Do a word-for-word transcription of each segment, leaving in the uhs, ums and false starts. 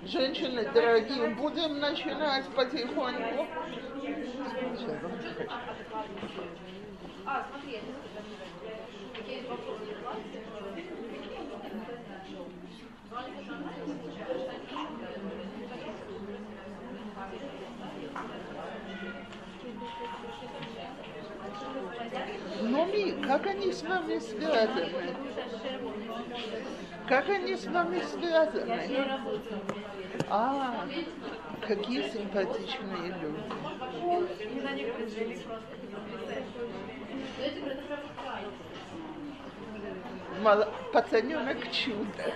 Женщины дорогие, будем начинать потихоньку. А, смотри, есть вопросы. Ну, Ми, как они с вами связаны? Как они с вами связаны? А, какие симпатичные люди. Мало, пацаненок чудо.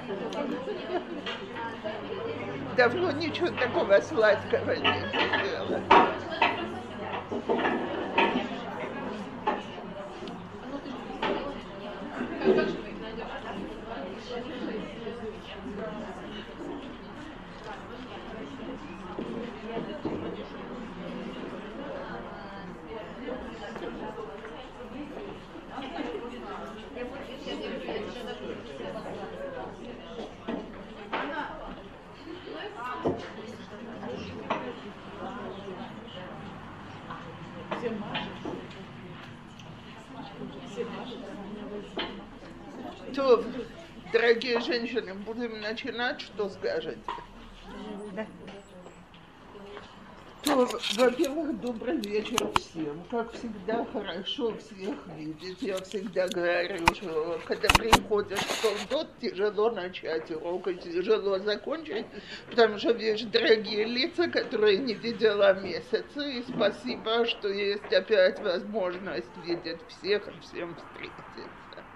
Давно ничего такого сладкого не делала. То, дорогие женщины, будем начинать, что скажете? Да. То, во-первых, добрый вечер всем. Как всегда, хорошо всех видеть. Я всегда говорю, что когда приходят в Толдот, тяжело начать урок и тяжело закончить, потому что видишь дорогие лица, которые не видела месяцы, и спасибо, что есть опять возможность видеть всех и всем встретиться.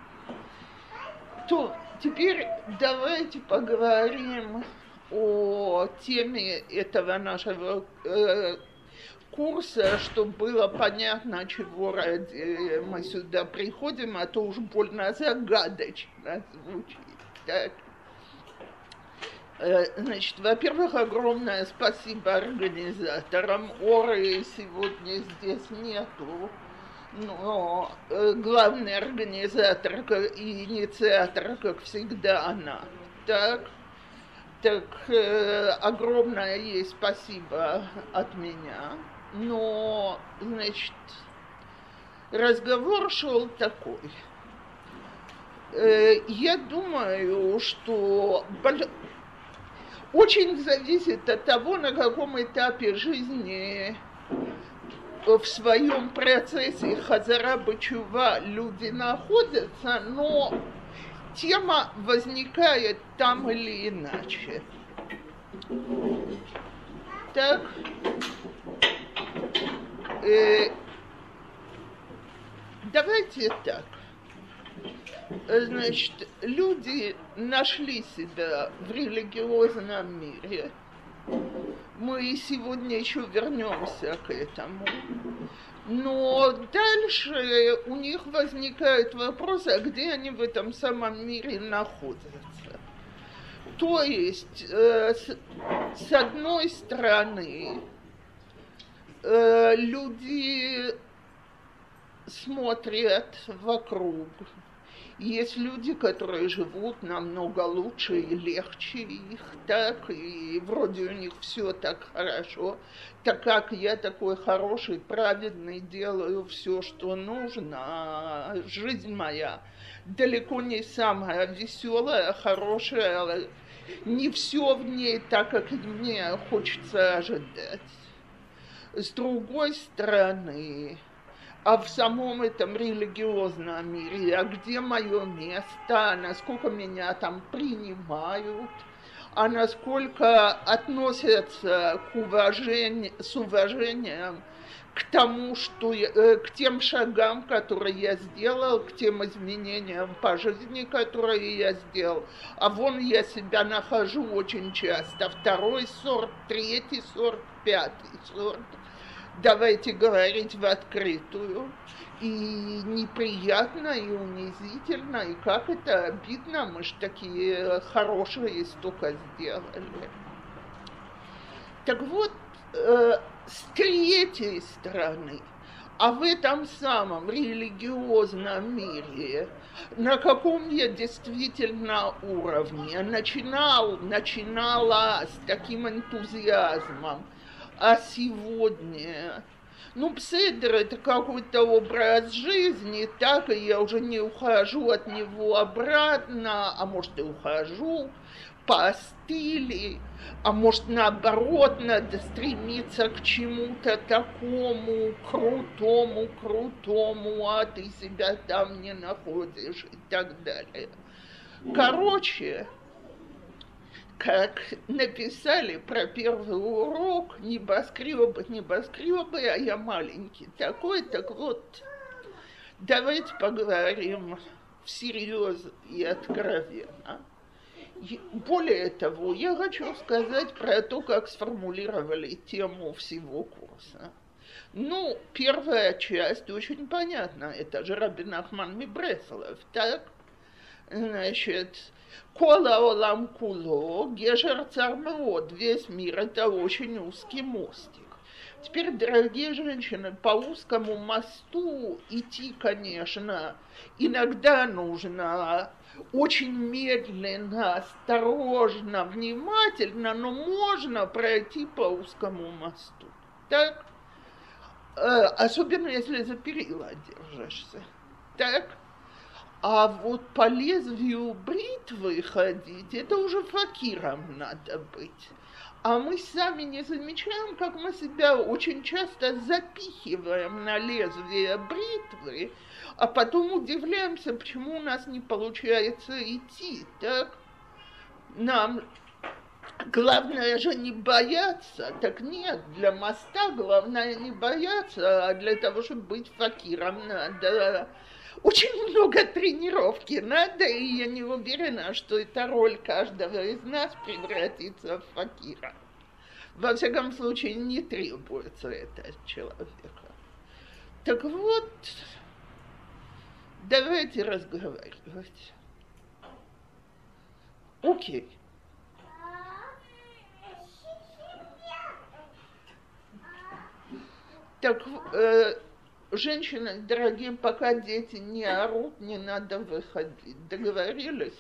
То теперь давайте поговорим о теме этого нашего э, курса, чтобы было понятно, чего ради мы сюда приходим, а то уж больно загадочно звучит. Так. Э, значит, во-первых, огромное спасибо организаторам. Оры сегодня здесь нету. Но э, главный организатор и инициатор, как всегда, она. Так, так э, огромное ей спасибо от меня. Но, значит, разговор шел такой. Э, я думаю, что боль... очень зависит от того, на каком этапе жизни в своем процессе хазара бачува люди находятся, но тема возникает там или иначе. Так, э, давайте так. Значит, люди нашли себя в религиозном мире. Мы сегодня еще вернемся к этому. Но дальше у них возникает вопрос, а где они в этом самом мире находятся. То есть, э, с, с одной стороны, э, люди смотрят вокруг. Есть люди, которые живут намного лучше и легче их, так, и вроде у них все так хорошо, так как я такой хороший, праведный, делаю все, что нужно, а жизнь моя далеко не самая веселая, хорошая, не все в ней так, как мне хочется ожидать. С другой стороны, а в самом этом религиозном мире, а где мое место, насколько меня там принимают, а насколько относятся к уважению, с уважением к тому, что я, к тем шагам, которые я сделал, к тем изменениям по жизни, которые я сделал. А вон я себя нахожу очень часто. Второй сорт, третий сорт, пятый сорт. Давайте говорить в открытую. И неприятно, и унизительно, и как это обидно, мы ж такие хорошие столько сделали. Так вот, э, с третьей стороны, а в этом самом религиозном мире на каком я действительно уровне. Начинал, начинала с таким энтузиазмом, а сегодня, ну, пседр — это какой-то образ жизни, так и я уже не ухожу от него обратно, а может и ухожу, поостыли, а может наоборот надо стремиться к чему-то такому крутому, крутому, а ты себя там не находишь и так далее. Короче, как написали про первый урок, небоскребы, небоскребы, а я маленький такой, так вот, давайте поговорим всерьез и откровенно. Более того, я хочу сказать про то, как сформулировали тему всего курса. Ну, первая часть очень понятна, это же Раби Нахман мибреслов, так? Значит, кола олам куло, гешер цар меод, весь мир — это очень узкий мостик. Теперь, дорогие женщины, по узкому мосту идти, конечно, иногда нужно очень медленно, осторожно, внимательно, но можно пройти по узкому мосту. Так? Особенно, если за перила держишься. Так? А вот по лезвию бритвы ходить, это уже факиром надо быть. А мы сами не замечаем, как мы себя очень часто запихиваем на лезвие бритвы, а потом удивляемся, почему у нас не получается идти, так? Нам главное же не бояться, так нет, для моста главное не бояться, а для того, чтобы быть факиром, надо очень много тренировки надо, и я не уверена, что эта роль каждого из нас превратится в факира. Во всяком случае, не требуется это от человека. Так вот, давайте разговаривать. Окей. Так, э, женщины, дорогие, пока дети не орут, не надо выходить. Договорились?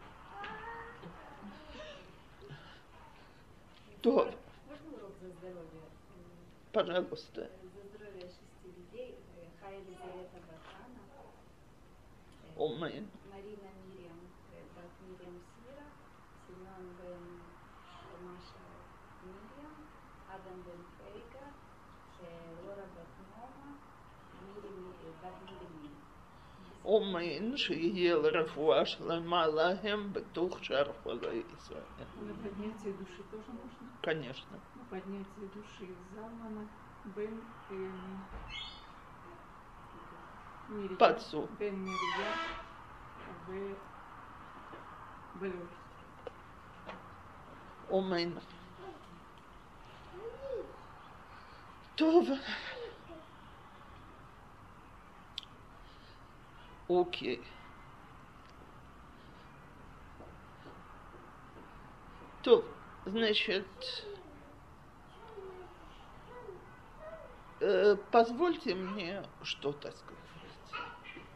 То. Можно урок за здоровье? Пожалуйста. За здоровье шести людей. Хай Елизавета Батана. Омэн. Марина Мириам, брат Мириам Сира. Семен бен Маша Мириам. Адам бен Фейга. Лора Батнома. Мири бат Мири. Омэн, שיהיה לרפואה שלמה להם בתוך שאר חולי ישראל. На поднятие души тоже можно? Конечно. На поднятие души Залмана бен эм, Мирия. Пацу. Бен Мирия в Белюр. Омэн. טוב. Окей. То, значит, э, позвольте мне что-то сказать.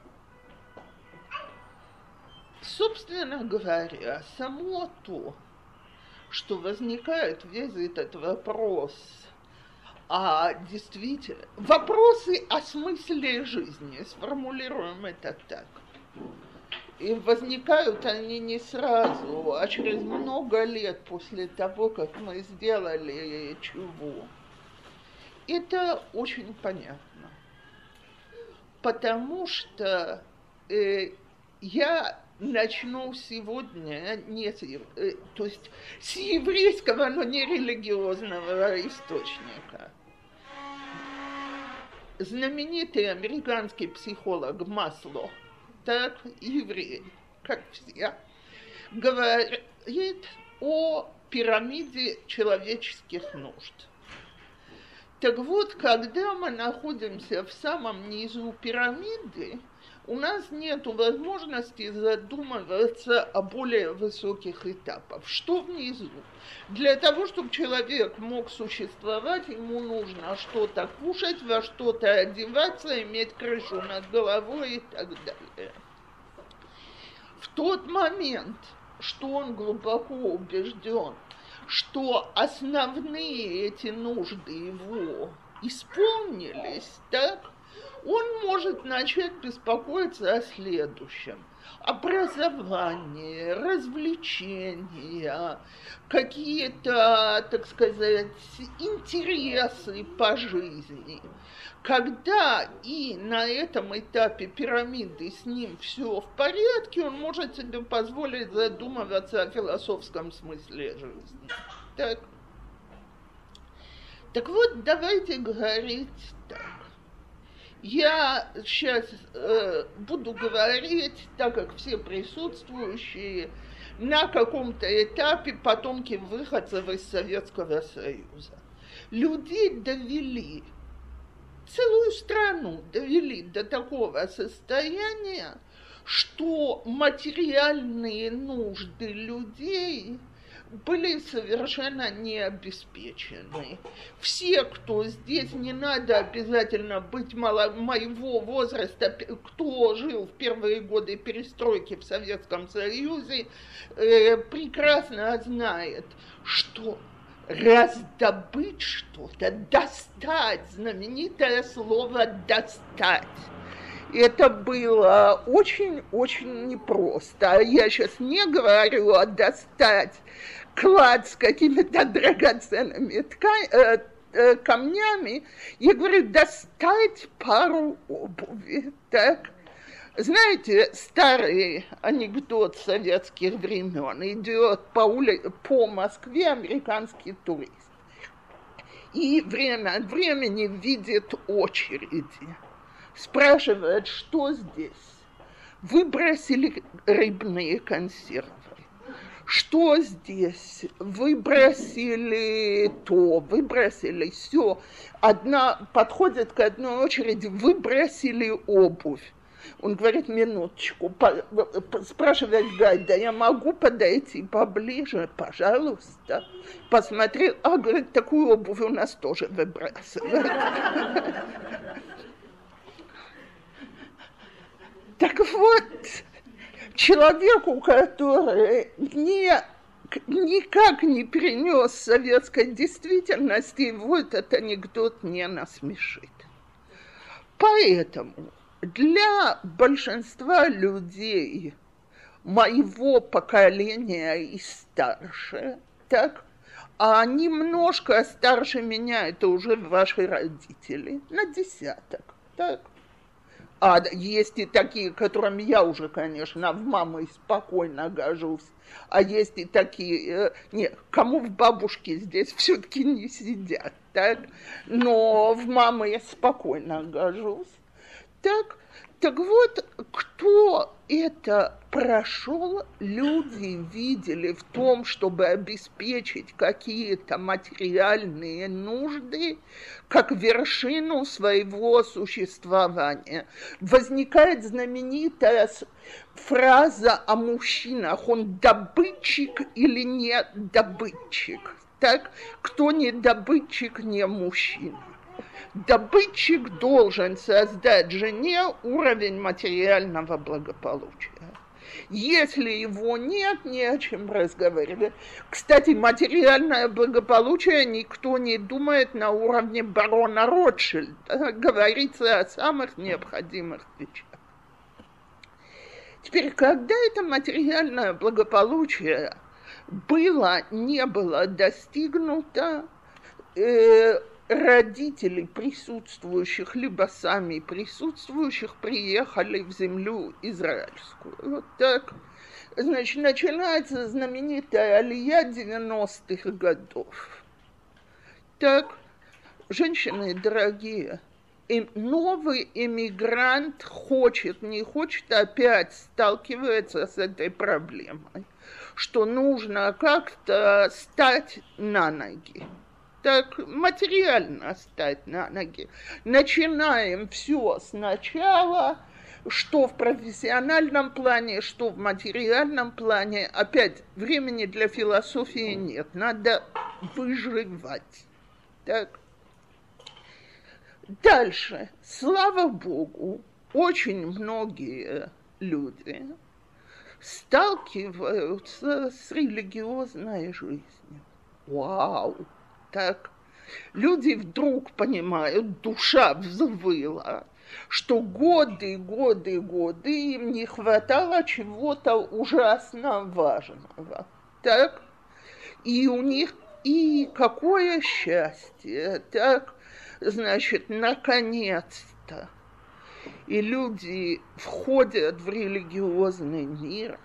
Собственно говоря, само то, что возникает весь этот вопрос, а действительно, вопросы о смысле жизни, сформулируем это так. И возникают они не сразу, а через много лет после того, как мы сделали чуву. Это очень понятно. Потому что э, я начну сегодня не с, э, то есть с еврейского, но не религиозного источника. Знаменитый американский психолог Масло, так, еврей, как все, говорит о пирамиде человеческих нужд. Так вот, когда мы находимся в самом низу пирамиды, у нас нет возможности задумываться о более высоких этапах. Что внизу? Для того, чтобы человек мог существовать, ему нужно что-то кушать, во что-то одеваться, иметь крышу над головой и так далее. в тот момент, что он глубоко убежден, что основные эти нужды его исполнились, так, он может начать беспокоиться о следующем. Образование, развлечения, какие-то, так сказать, интересы по жизни. Когда и на этом этапе пирамиды с ним все в порядке, он может себе позволить задумываться о философском смысле жизни. Так, так вот, давайте говорить так. Я сейчас э, буду говорить, так как все присутствующие на каком-то этапе потомки выходцев из Советского Союза. Людей довели, целую страну довели до такого состояния, что материальные нужды людей были совершенно не обеспечены. Все, кто здесь, не надо обязательно быть мало, моего возраста, кто жил в первые годы перестройки в Советском Союзе, э, прекрасно знает, что раздобыть что-то, достать, знаменитое слово «достать», это было очень-очень непросто. Я сейчас не говорю о достать клад с какими-то драгоценными ткань, э, э, камнями. Я говорю достать пару обуви. Так? Знаете, старый анекдот советских времен. Идет по, ули... по Москве американский турист. И время от времени видит очереди. Спрашивает, что здесь? Выбросили рыбные консервы. Что здесь? Выбросили то, выбросили все. Одна подходит к одной очереди, выбросили обувь. Он говорит, минуточку, по, по, спрашивает гайда, я могу подойти поближе, пожалуйста? Посмотрел, а, говорит, такую обувь у нас тоже выбрасывают. Так вот, человеку, который не, никак не перенес советской действительности, его этот анекдот не насмешит. Поэтому для большинства людей моего поколения и старше, так, а немножко старше меня, это уже ваши родители, на десяток, так. А есть и такие, которым я уже, конечно, в мамы спокойно гожусь. А есть и такие, нет, кому в бабушке здесь все-таки не сидят, так? Но в мамы я спокойно гожусь. Так, так вот, кто это прошел, люди видели в том, чтобы обеспечить какие-то материальные нужды, как вершину своего существования. Возникает знаменитая фраза о мужчинах, он добытчик или не добытчик. Так, кто не добытчик, не мужчина. Добытчик должен создать жене уровень материального благополучия. Если его нет, не о чем разговаривать. Кстати, материальное благополучие никто не думает на уровне барона Ротшильда. Говорится о самых необходимых вещах. Теперь, когда это материальное благополучие было, не было достигнуто, э, родители присутствующих, либо сами присутствующих, приехали в землю израильскую. Вот так. Значит, начинается знаменитая алия девяностых годов. Так, женщины дорогие, и новый эмигрант хочет, не хочет, опять сталкивается с этой проблемой, что нужно как-то стать на ноги. Так материально стать на ноги. Начинаем все сначала, что в профессиональном плане, что в материальном плане. Опять, времени для философии нет, надо выживать. Так. Дальше. Слава Богу, очень многие люди сталкиваются с религиозной жизнью. Вау! Так люди вдруг понимают, душа взвыла, что годы, годы, годы им не хватало чего-то ужасно важного. Так? И у них, и какое счастье, так, значит, наконец-то. И люди входят в религиозный мир,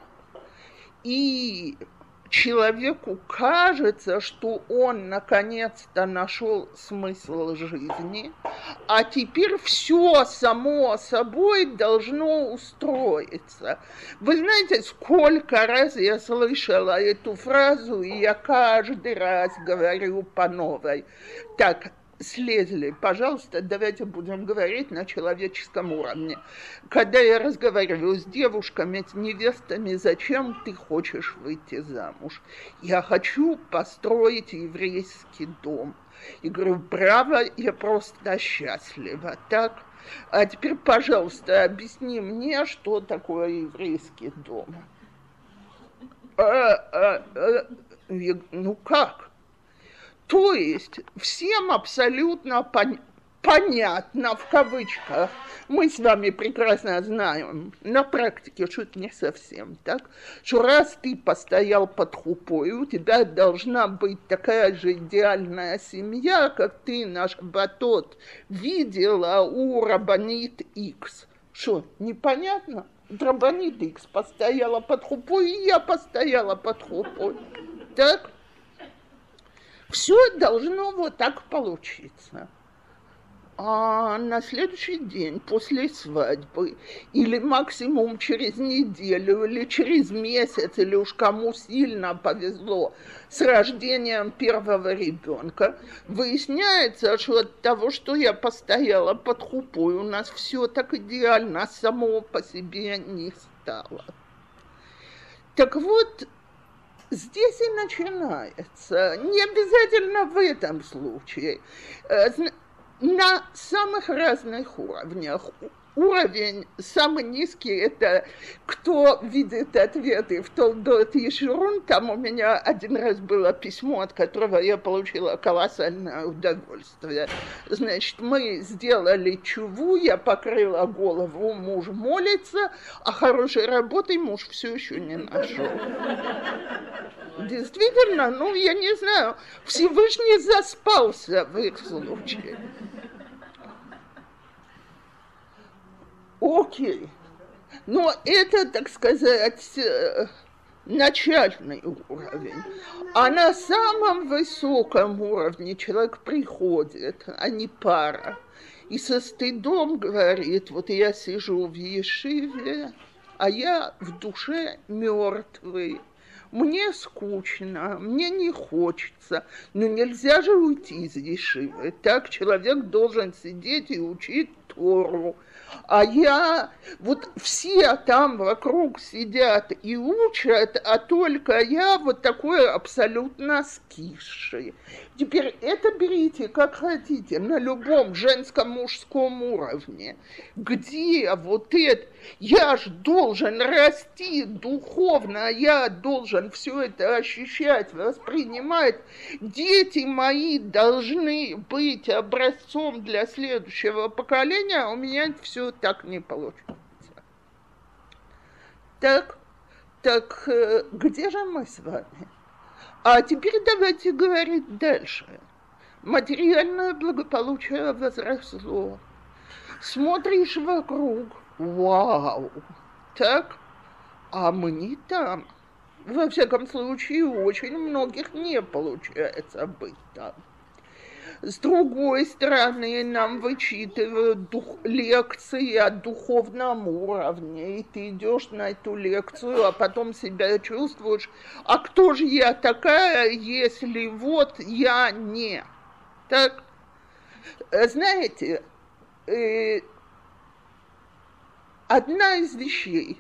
и человеку кажется, что он наконец-то нашел смысл жизни, а теперь все само собой должно устроиться. Вы знаете, сколько раз я слышала эту фразу, и я каждый раз говорю по новой. Так, слезли, пожалуйста, давайте будем говорить на человеческом уровне. Когда я разговариваю с девушками, с невестами, зачем ты хочешь выйти замуж? Я хочу построить еврейский дом. И говорю, браво, я просто счастлива, так? А теперь, пожалуйста, объясни мне, что такое еврейский дом. А, а, а, я, ну как? То есть всем абсолютно пон- понятно, в кавычках, мы с вами прекрасно знаем, на практике, что это не совсем так, что раз ты постоял под хупой, у тебя должна быть такая же идеальная семья, как ты на шаббатот видела у Рабанит Икс. Что, непонятно? Рабанит Икс постояла под хупой, и я постояла под хупой. Так? Все должно вот так получиться. А на следующий день после свадьбы, или максимум через неделю, или через месяц, или уж кому сильно повезло с рождением первого ребенка, выясняется, что от того, что я постояла под хупой, у нас все так идеально само по себе не стало. Так вот, здесь и начинается, не обязательно в этом случае, на самых разных уровнях. Уровень самый низкий – это кто видит ответы в Толдот Ешурун. Там у меня один раз было письмо, от которого я получила колоссальное удовольствие. Значит, мы сделали чуву, я покрыла голову, муж молится, а хорошей работы муж все еще не нашел. Действительно, ну, я не знаю, Всевышний заспался в их случае. Окей. Но это, так сказать, начальный уровень. А на самом высоком уровне человек приходит, а не пара, и со стыдом говорит, вот я сижу в ешиве, а я в душе мертвый. Мне скучно, мне не хочется, но нельзя же уйти из ешивы. Так человек должен сидеть и учить Тору. А я, вот все там вокруг сидят и учат, а только я вот такой абсолютно скисший. Теперь это берите как хотите, на любом женском, мужском уровне. Где вот это? Я ж должен расти духовно, я должен все это ощущать, воспринимать. Дети мои должны быть образцом для следующего поколения, а у меня все так не получится. Так, так где же мы с вами? А теперь давайте говорить дальше. Материальное благополучие возросло. Смотришь вокруг. Вау! Так? А мы не там. Во всяком случае, у очень многих не получается быть там. С другой стороны, нам вычитывают дух, лекции о духовном уровне, и ты идешь на эту лекцию, а потом себя чувствуешь, а кто же я такая, если вот я не? Так, знаете, э, одна из вещей,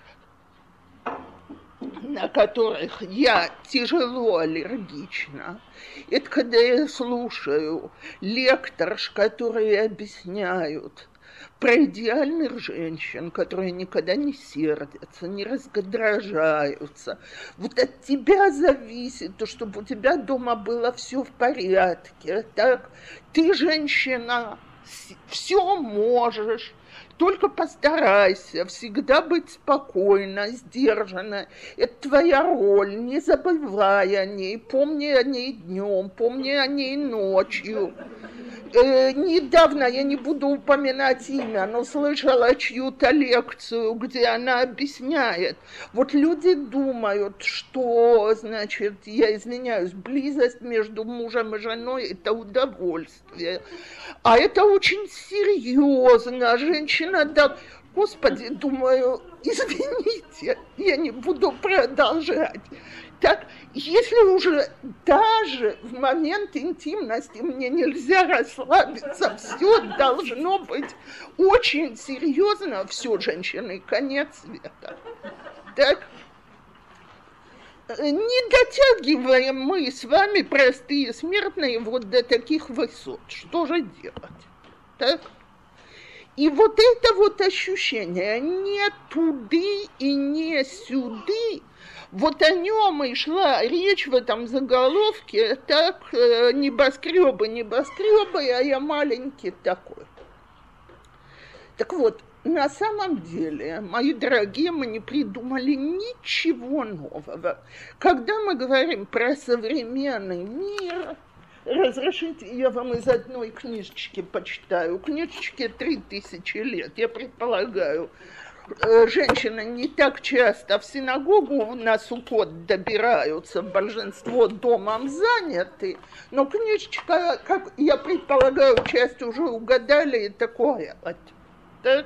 на которых я тяжело аллергична, это когда я слушаю лекторш, которые объясняют, про идеальных женщин, которые никогда не сердятся, не раздражаются. Вот от тебя зависит, то, чтобы у тебя дома было все в порядке. Так? Ты, женщина, все можешь. Только постарайся всегда быть спокойна, сдержанна. Это твоя роль, не забывай о ней, помни о ней днем, помни о ней ночью. Э, недавно, я не буду упоминать имя, но слышала чью-то лекцию, где она объясняет. Вот люди думают, что, значит, я извиняюсь, близость между мужем и женой – это удовольствие. А это очень серьезно. Женщина, да, Господи, думаю, извините, я не буду продолжать. Так, если уже даже в момент интимности мне нельзя расслабиться, все должно быть очень серьезно, все, женщины, конец света. Так, не дотягиваем мы с вами, простые смертные, вот до таких высот. Что же делать? Так? И вот это вот ощущение не туды и не сюды, вот о нем и шла речь в этом заголовке, так, небоскребы, небоскребы, а я маленький такой. Так вот, на самом деле, мои дорогие, мы не придумали ничего нового. Когда мы говорим про современный мир, разрешите, я вам из одной книжечки почитаю. Книжечке три тысячи лет, я предполагаю. Женщины не так часто в синагогу на Суккот добираются, большинство домом заняты, но книжечка, как я предполагаю, часть уже угадали, такое вот. Так?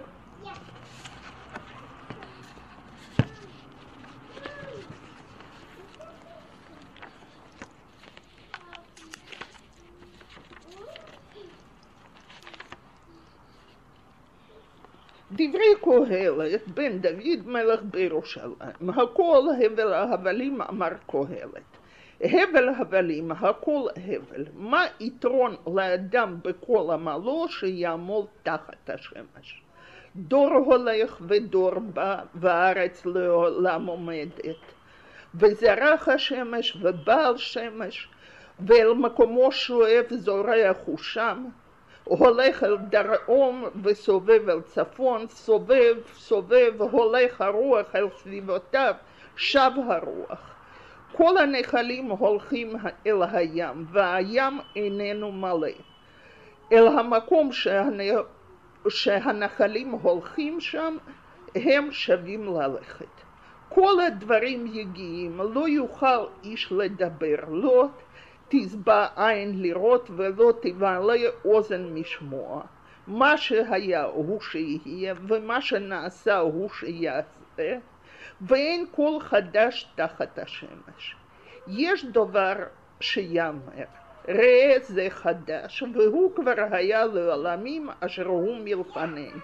דברי קהלת, בן דוד מלך בירושלים, הכל הבל ההבלים אמר קהלת. הבל הבלים, הכל הבל. מה יתרון לאדם בכל עמלו שיעמול תחת השמש? דור הולך ודור בא, והארץ לעולם עומדת. וזרח השמש ובעל שמש, ואל מקומו שואף זורח הוא שם. הולך אל דרום וסובב אל צפון, סובב, סובב, הולך הרוח אל סביבותיו, שב הרוח. כל הנחלים הולכים אל הים, והים איננו מלא. אל המקום שהנה, שהנחלים הולכים שם, הם שווים ללכת. כל הדברים יגיעים, לא יוכל איש לדבר, לא תשבע עין לראות ולא תבעלה אוזן משמוע. מה שהיה הוא שיהיה, ומה שנעשה הוא שיעשה, ואין כל חדש תחת השמש. יש דבר שיאמר, ראה זה חדש, והוא כבר היה לעולמים אשר הוא מלפנינו.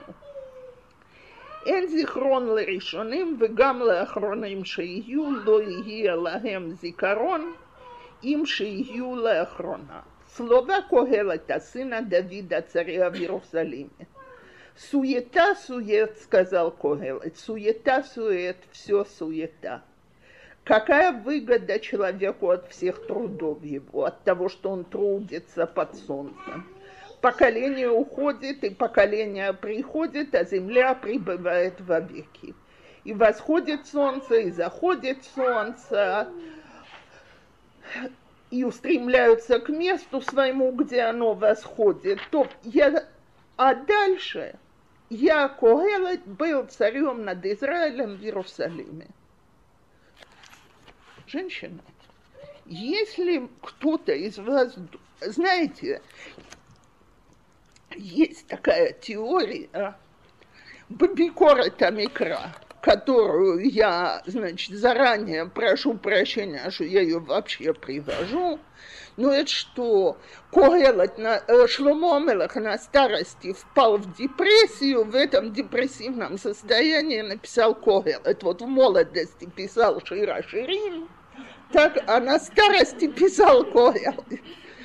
אין זיכרון לראשונים וגם לאחרונים שיהיו, לא יהיה להם זיכרון, אם שיהיו לאחרונה. Слова Когелета, сына Давида, царя в Иерусалиме. Суета-сует, сказал Когелет, суета-сует, все суета. Какая выгода человеку от всех трудов его, от того, что он трудится под солнцем? Поколение уходит, и поколение приходит, а земля пребывает вовеки. И восходит солнце, и заходит солнце, и устремляются к месту своему, где оно восходит. То я, а дальше я, Когелет, был царем над Израилем в Иерусалиме. Женщина, если кто-то из вас, знаете, есть такая теория бабикорет амикра, которую я, значит, заранее прошу прощения, что я ее вообще привожу, но это что Когелет, Шломо Амелех на старости впал в депрессию, в этом депрессивном состоянии написал Когелет. Вот в молодости писал Шира Ширим, так, а на старости писал Когелет.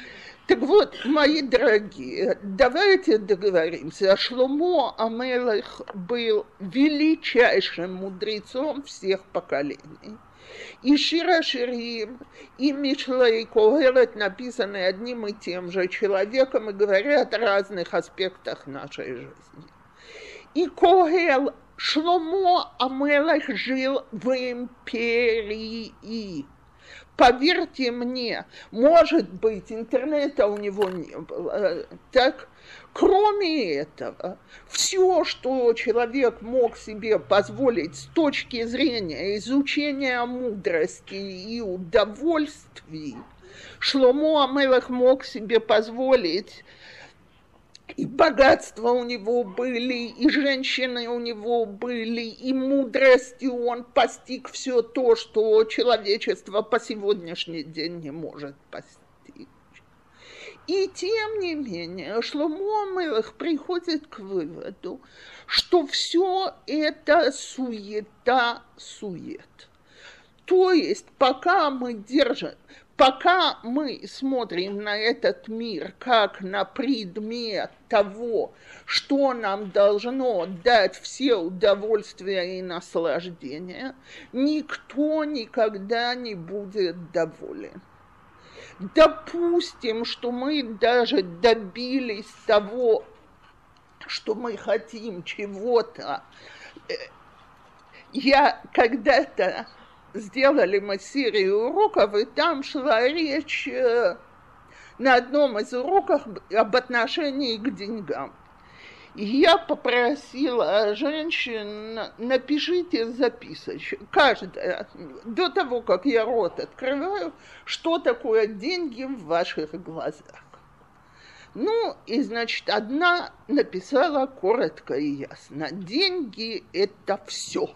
Так вот, мои дорогие, давайте договоримся. Шломо ха-Мелех был величайшим мудрецом всех поколений. И Шир ха-Ширим, и Мишлей, Когелет написаны одним и тем же человеком и говорят о разных аспектах нашей жизни. И Когел, Шломо ха-Мелех жил в империи. Поверьте мне, может быть, интернета у него не было. Так, кроме этого, все, что человек мог себе позволить с точки зрения изучения мудрости и удовольствий, Шломо ха-Мелех мог себе позволить. И богатства у него были, и женщины у него были, и мудростью он постиг все то, что человечество по сегодняшний день не может постичь. И тем не менее, Шломо ха-Мелех приходит к выводу, что все это суета-сует. То есть, пока мы держим... Пока мы смотрим на этот мир как на предмет того, что нам должно дать все удовольствия и наслаждения, никто никогда не будет доволен. Допустим, что мы даже добились того, что мы хотим чего-то. Я когда-то... Сделали мы серию уроков, и там шла речь э, на одном из уроков об отношении к деньгам. И я попросила женщин, напишите записочку, каждая, до того, как я рот открываю, что такое деньги в ваших глазах. Ну, и, значит, одна написала коротко и ясно. Деньги – это все.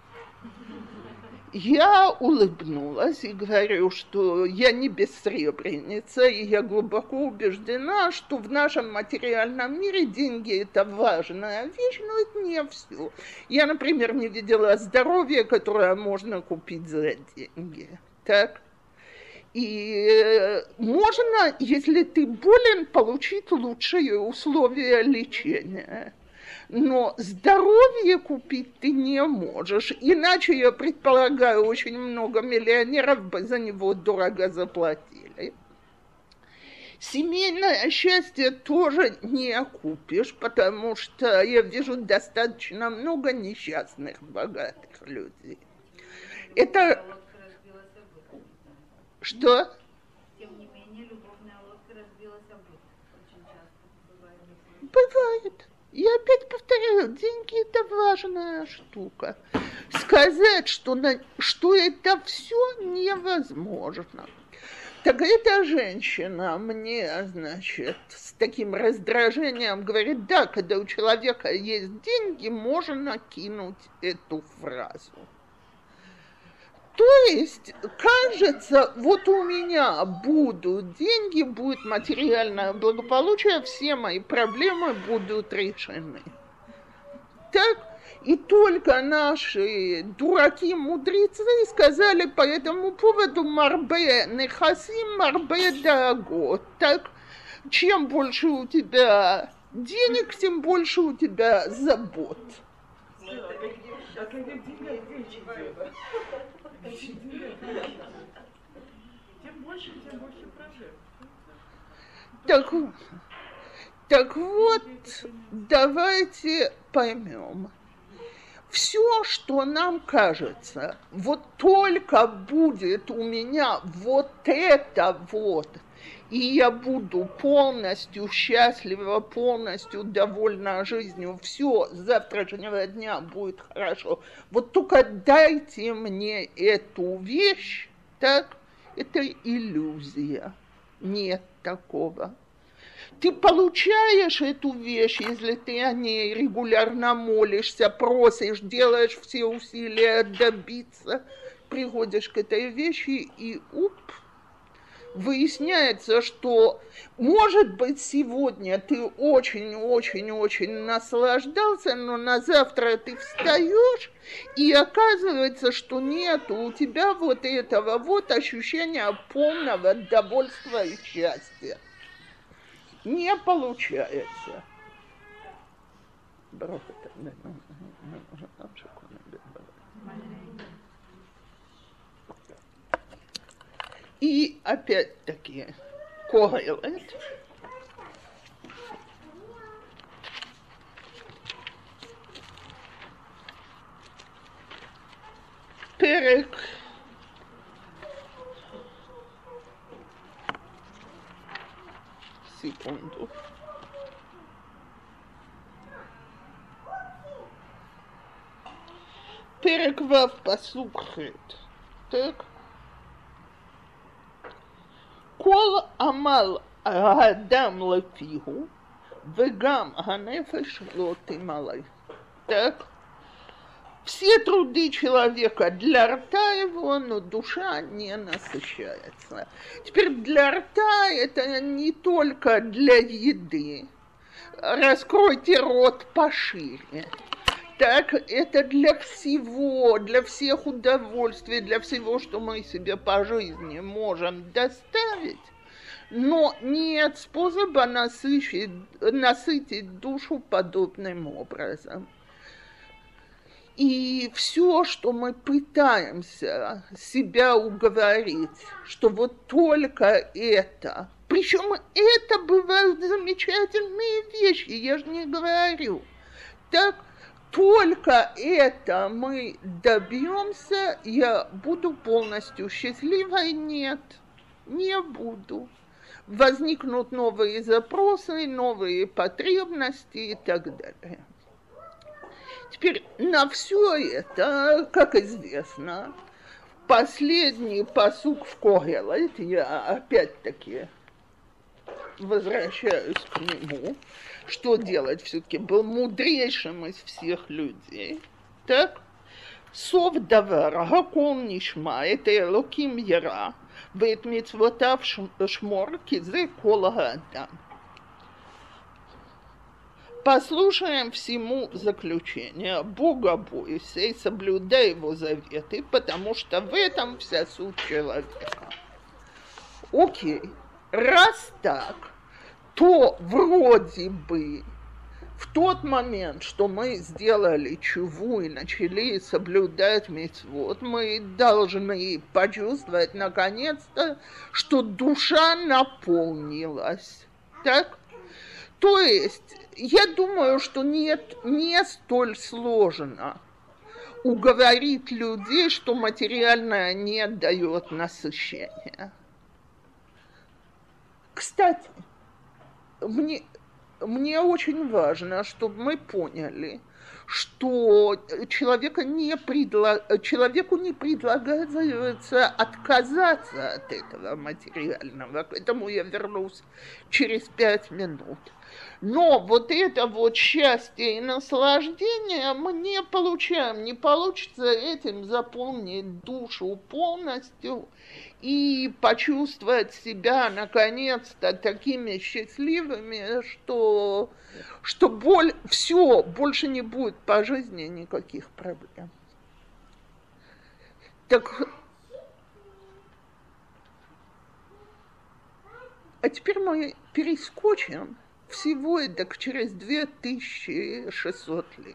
Я улыбнулась и говорю, что я не бессребреница, и я глубоко убеждена, что в нашем материальном мире деньги – это важная вещь, но это не все. Я, например, не видела здоровья, которое можно купить за деньги. Так? И можно, если ты болен, получить лучшие условия лечения. Но здоровье купить ты не можешь. Иначе, я предполагаю, очень много миллионеров бы за него дорого заплатили. Семейное счастье тоже не купишь, потому что я вижу достаточно много несчастных, богатых людей. Это... Что? Тем не менее, любовная лодка разбилась об быт. Очень часто бывает. Бывает. Я опять повторяю, деньги – это важная штука. Сказать, что, на, что это все невозможно. Так эта женщина мне, значит, с таким раздражением говорит, да, когда у человека есть деньги, можно кинуть эту фразу. То есть, кажется, вот у меня будут деньги, будет материальное благополучие, все мои проблемы будут решены. Так, и только наши дураки-мудрецы сказали по этому поводу «марбе нехасим, марбе даагот». Так, чем больше у тебя денег, тем больше у тебя забот. Тем больше, тем больше проблем. Так, так вот, давайте поймем. Все, что нам кажется, вот только будет у меня вот это вот, и я буду полностью счастлива, полностью довольна жизнью, все, с завтрашнего дня будет хорошо. Вот только дайте мне эту вещь, так, это иллюзия, нет такого. Ты получаешь эту вещь, если ты о ней регулярно молишься, просишь, делаешь все усилия добиться, приходишь к этой вещи и уп, выясняется, что, может быть, сегодня ты очень-очень-очень наслаждался, но на завтра ты встаешь, и оказывается, что нет у тебя вот этого вот ощущения полного довольства и счастья. Не получается. И опять-таки Когелет Перек секунду. Перек Вав пасук хет. Так. Кол амал האדם לפיהו, וגם הנפש לא תמלא. Так? Все труды человека для рта его, но душа не насыщается. Теперь для рта это не только для еды. Раскройте рот пошире. Так, это для всего, для всех удовольствий, для всего, что мы себе по жизни можем доставить. Но нет способа насыщить, насытить душу подобным образом. И все, что мы пытаемся себя уговорить, что вот только это, причем это бывают замечательные вещи, я же не говорю, так, только это мы добьемся, я буду полностью счастливой, нет, не буду. Возникнут новые запросы, новые потребности и так далее. Теперь на все это, как известно, последний пасук в Когелет, я опять-таки возвращаюсь к нему, что делать все-таки, был мудрейшим из всех людей, так? Сов давар, гакол нишма, это элоким яра, вет мицвотав шмор, кизе кол гаадам. Послушаем всему заключение. Бога бойся и соблюдай его заветы, потому что в этом вся суть человека. Окей, раз так, то вроде бы в тот момент, что мы сделали чуву и начали соблюдать мицвот, мы должны почувствовать наконец-то, что душа наполнилась. Так? То есть, я думаю, что нет, не столь сложно уговорить людей, что материальное не дает насыщения. Кстати, мне, мне очень важно, чтобы мы поняли, что человека не предла... человеку не предлагается отказаться от этого материального. К этому я вернусь через пять минут. Но вот это вот счастье и наслаждение мы не получаем. Не получится этим заполнить душу полностью и почувствовать себя наконец-то такими счастливыми, что, что боль, все, больше не будет по жизни никаких проблем. Так, а теперь мы перескочим всего это через две тысячи шестьсот лет.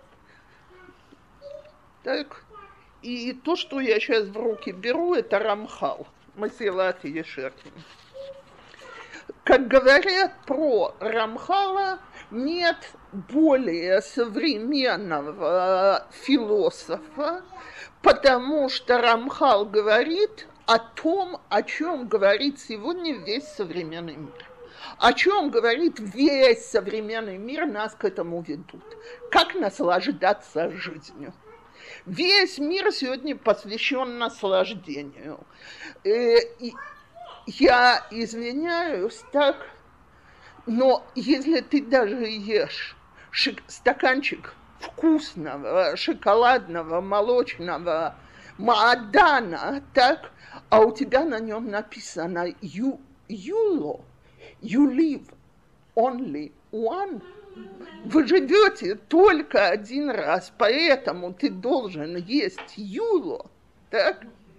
Так, и то, что я сейчас в руки беру, это Рамхал, Масилат Ешерим. Как говорят про Рамхала, нет более современного философа, потому что Рамхал говорит о том, о чем говорит сегодня весь современный мир. О чем говорит весь современный мир, нас к этому ведут. Как наслаждаться жизнью. Весь мир сегодня посвящен наслаждению. И я извиняюсь, так, но если ты даже ешь шик- стаканчик вкусного, шоколадного, молочного маадана, так, а у тебя на нем написано ю, юло, you live only one. Вы живете только один раз, поэтому ты должен есть юло, так?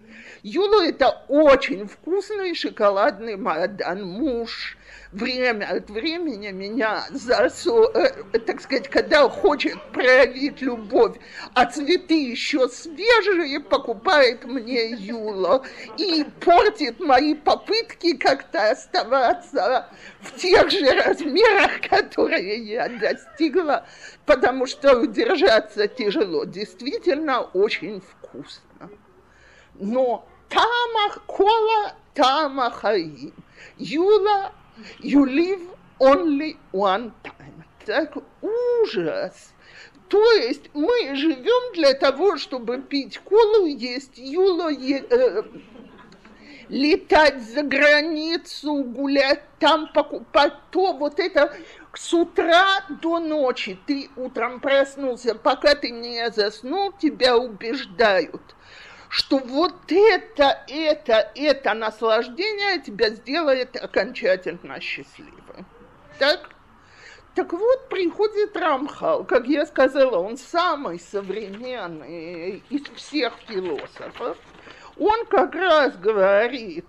Юла – это очень вкусный шоколадный мадан. Муж время от времени меня, засу, э, так сказать, когда хочет проявить любовь, а цветы еще свежие, покупает мне Юла и портит мои попытки как-то оставаться в тех же размерах, которые я достигла, потому что удержаться тяжело. Действительно очень вкусно. Но тамах кола тамах хаим. Юла, you live only one time. Так ужас. То есть мы живем для того, чтобы пить колу, есть юло, е, э, летать за границу, гулять там, покупать то, вот это с утра до ночи. Ты утром проснулся, пока ты не заснул, тебя убеждают, что вот это, это, это наслаждение тебя сделает окончательно счастливым. Так? Так вот, приходит Рамхал, как я сказала, он самый современный из всех философов. Он как раз говорит,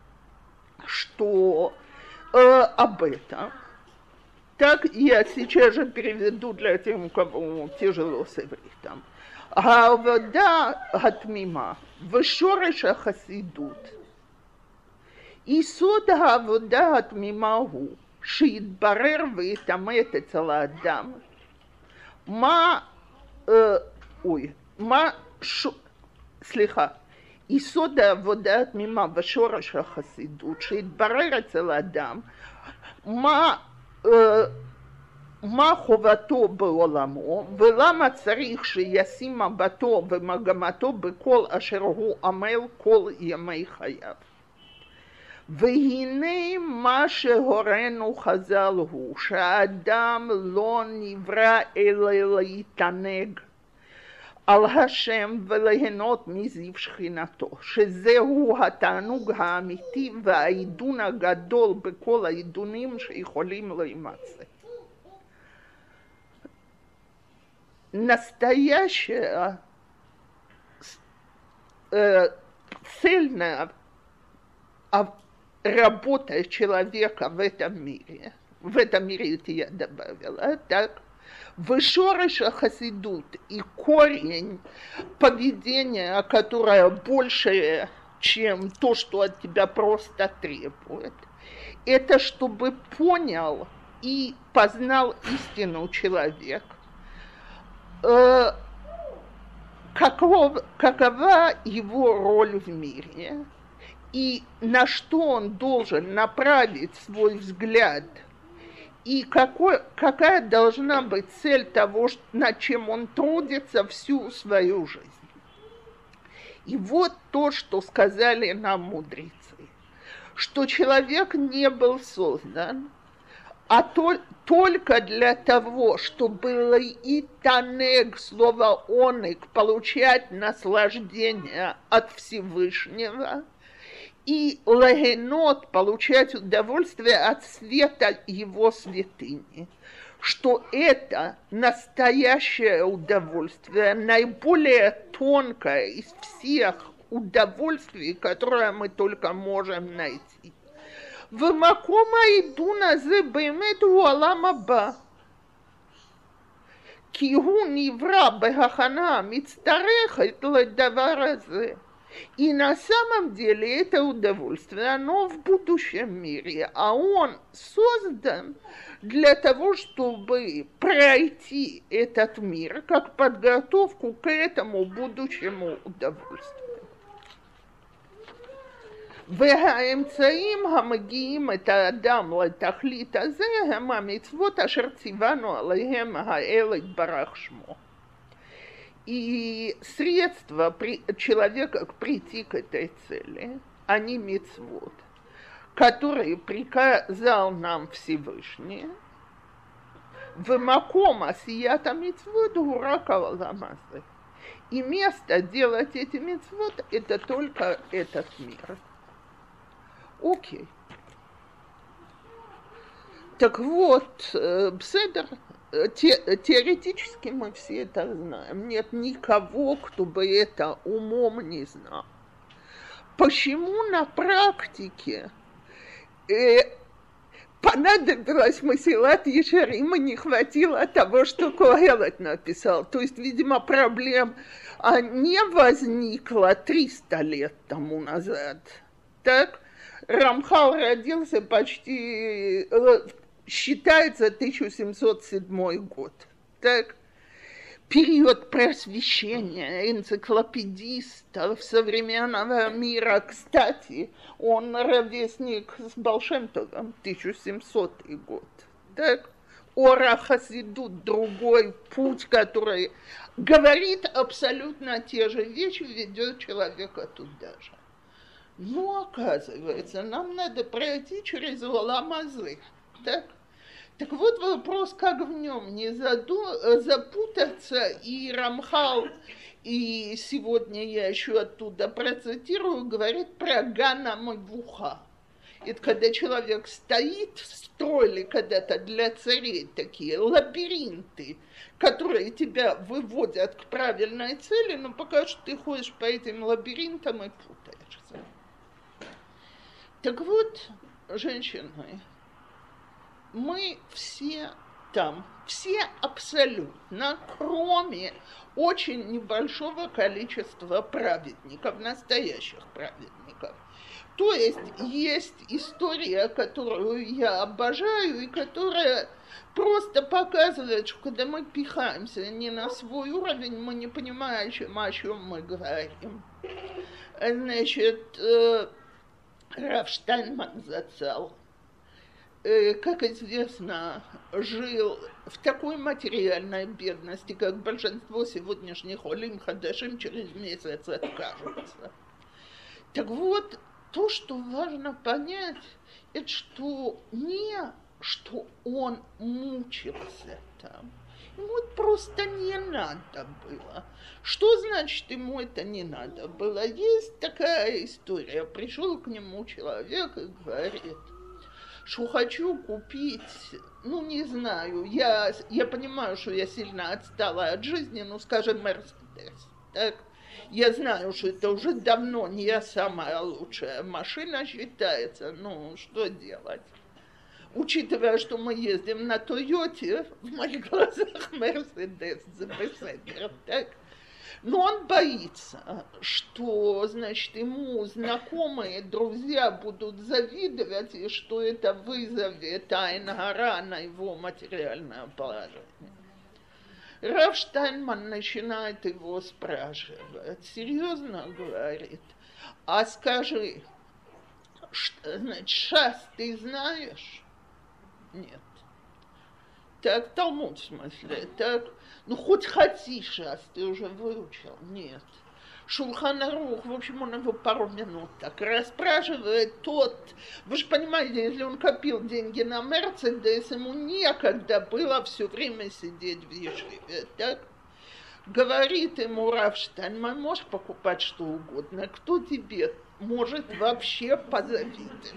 что э, об этом. Так я сейчас же переведу для тех, у кого тяжело с ивритом. העבודה התמימה ושורש החסידות. יסוד העבודה התמימה הוא שיתברר ויתעמת אצל האדם מה, אה, אוי, מה, ש... סליחה, יסוד העבודה התמימה ושורש החסידות שיתברר אצל האדם מה, אה, מה חובתו בעולמו, ולמה צריך שישים מבטו ומגמתו בכל אשר הוא עמל כל ימי חייו. והנה מה שהורנו חז"ל הוא, שהאדם לא נברא אלא להתענג על השם וליהנות מזיו שכינתו, שזהו התענוג האמיתי והעידון הגדול בכל העידונים שיכולים להימצא. Настоящая э, цельная работа человека в этом мире, в этом мире это я добавила, так, вышорыша хасидут и корень поведения, которое больше, чем то, что от тебя просто требует, это чтобы понял и познал истину человек. Каков, какова его роль в мире и на что он должен направить свой взгляд, и какой, какая должна быть цель того, над чем он трудится всю свою жизнь. И вот то, что сказали нам мудрецы, что человек не был создан, а то, только для того, чтобы и танег, слово онек, получать наслаждение от Всевышнего, и лагенот, получать удовольствие от света его святыни, что это настоящее удовольствие, наиболее тонкое из всех удовольствий, которые мы только можем найти. ומקום העידון הזה באמת הוא העולם הבא. כי הוא נברא בהכנה מצטרכת לדבר הזה. И на самом деле это удовольствие, оно в будущем мире, а он создан для того, чтобы пройти этот мир как подготовку к этому будущему удовольствию. והאמצעים המגיעים את האדם לתכלית הזה הם המצוות אשר ציוונו עליהם האל יתברך שמו. И средства при, человека прийти к этой цели, они мицвот, которые приказал нам Всевышний, в маком асията мицвот урака ламазе. И место делать эти мицвот – это только этот мир. Окей. Так вот, бседер, те, теоретически мы все это знаем. Нет никого, кто бы это умом не знал. почему на практике э, понадобилось Месилат Ешарим, и не хватило того, что Коэлет написал. То есть, видимо, проблем не возникло триста лет тому назад. Так, Рамхал родился почти, считается, тысяча семьсот седьмой год. Так, период просвещения энциклопедистов современного мира. Кстати, он ровесник с Баал Шем Товом, тысяча семисотый год. Так? Ора Хасидут, другой путь, который говорит абсолютно те же вещи, ведет человека туда же. Но, оказывается, нам надо пройти через Олам Азе. Так? Так вот вопрос, как в нем не заду... запутаться, и Рамхал, и сегодня я еще оттуда процитирую, говорит про Гана Мавуха. Это когда человек стоит, строили когда-то для царей такие лабиринты, которые тебя выводят к правильной цели, но пока что ты ходишь по этим лабиринтам и путаешься. Так вот, женщины, мы все там, все абсолютно, кроме очень небольшого количества праведников, настоящих праведников. То есть есть история, которую я обожаю, и которая просто показывает, что когда мы пихаемся не на свой уровень, мы не понимаем, о чем мы говорим. Значит, Рав Штайнман зацал, как известно, жил в такой материальной бедности, как большинство сегодняшних олим хадашим через месяц откажутся. Так вот, то, что важно понять, это что не что он мучился там, ему это просто не надо было. Что значит ему это не надо было? Есть такая история. Пришел к нему человек и говорит, что хочу купить, ну, не знаю, я, я понимаю, что я сильно отстала от жизни, ну, скажем, Мерседес, так? Я знаю, что это уже давно не самая лучшая машина считается, ну, что делать? Учитывая, что мы ездим на Тойоте, в моих глазах Мерседес за Мерседес, так? Но он боится, что, значит, ему знакомые, друзья будут завидовать, и что это вызовет айн-гара на его материальное положение. Рав Штайнман начинает его спрашивать, серьезно говорит, а скажи, что, значит, шас ты знаешь? Нет. Так, Талмуд в смысле, так, ну хоть хаси шас ты уже выучил? Нет. Шулхан Арух, в общем, он его пару минут так расспрашивает. Тот, вы же понимаете, если он копил деньги на Мерседес, ему некогда было все время сидеть в ешиве, так? Говорит ему Рав Штайнман, можешь покупать что угодно, кто тебе может вообще позавидовать?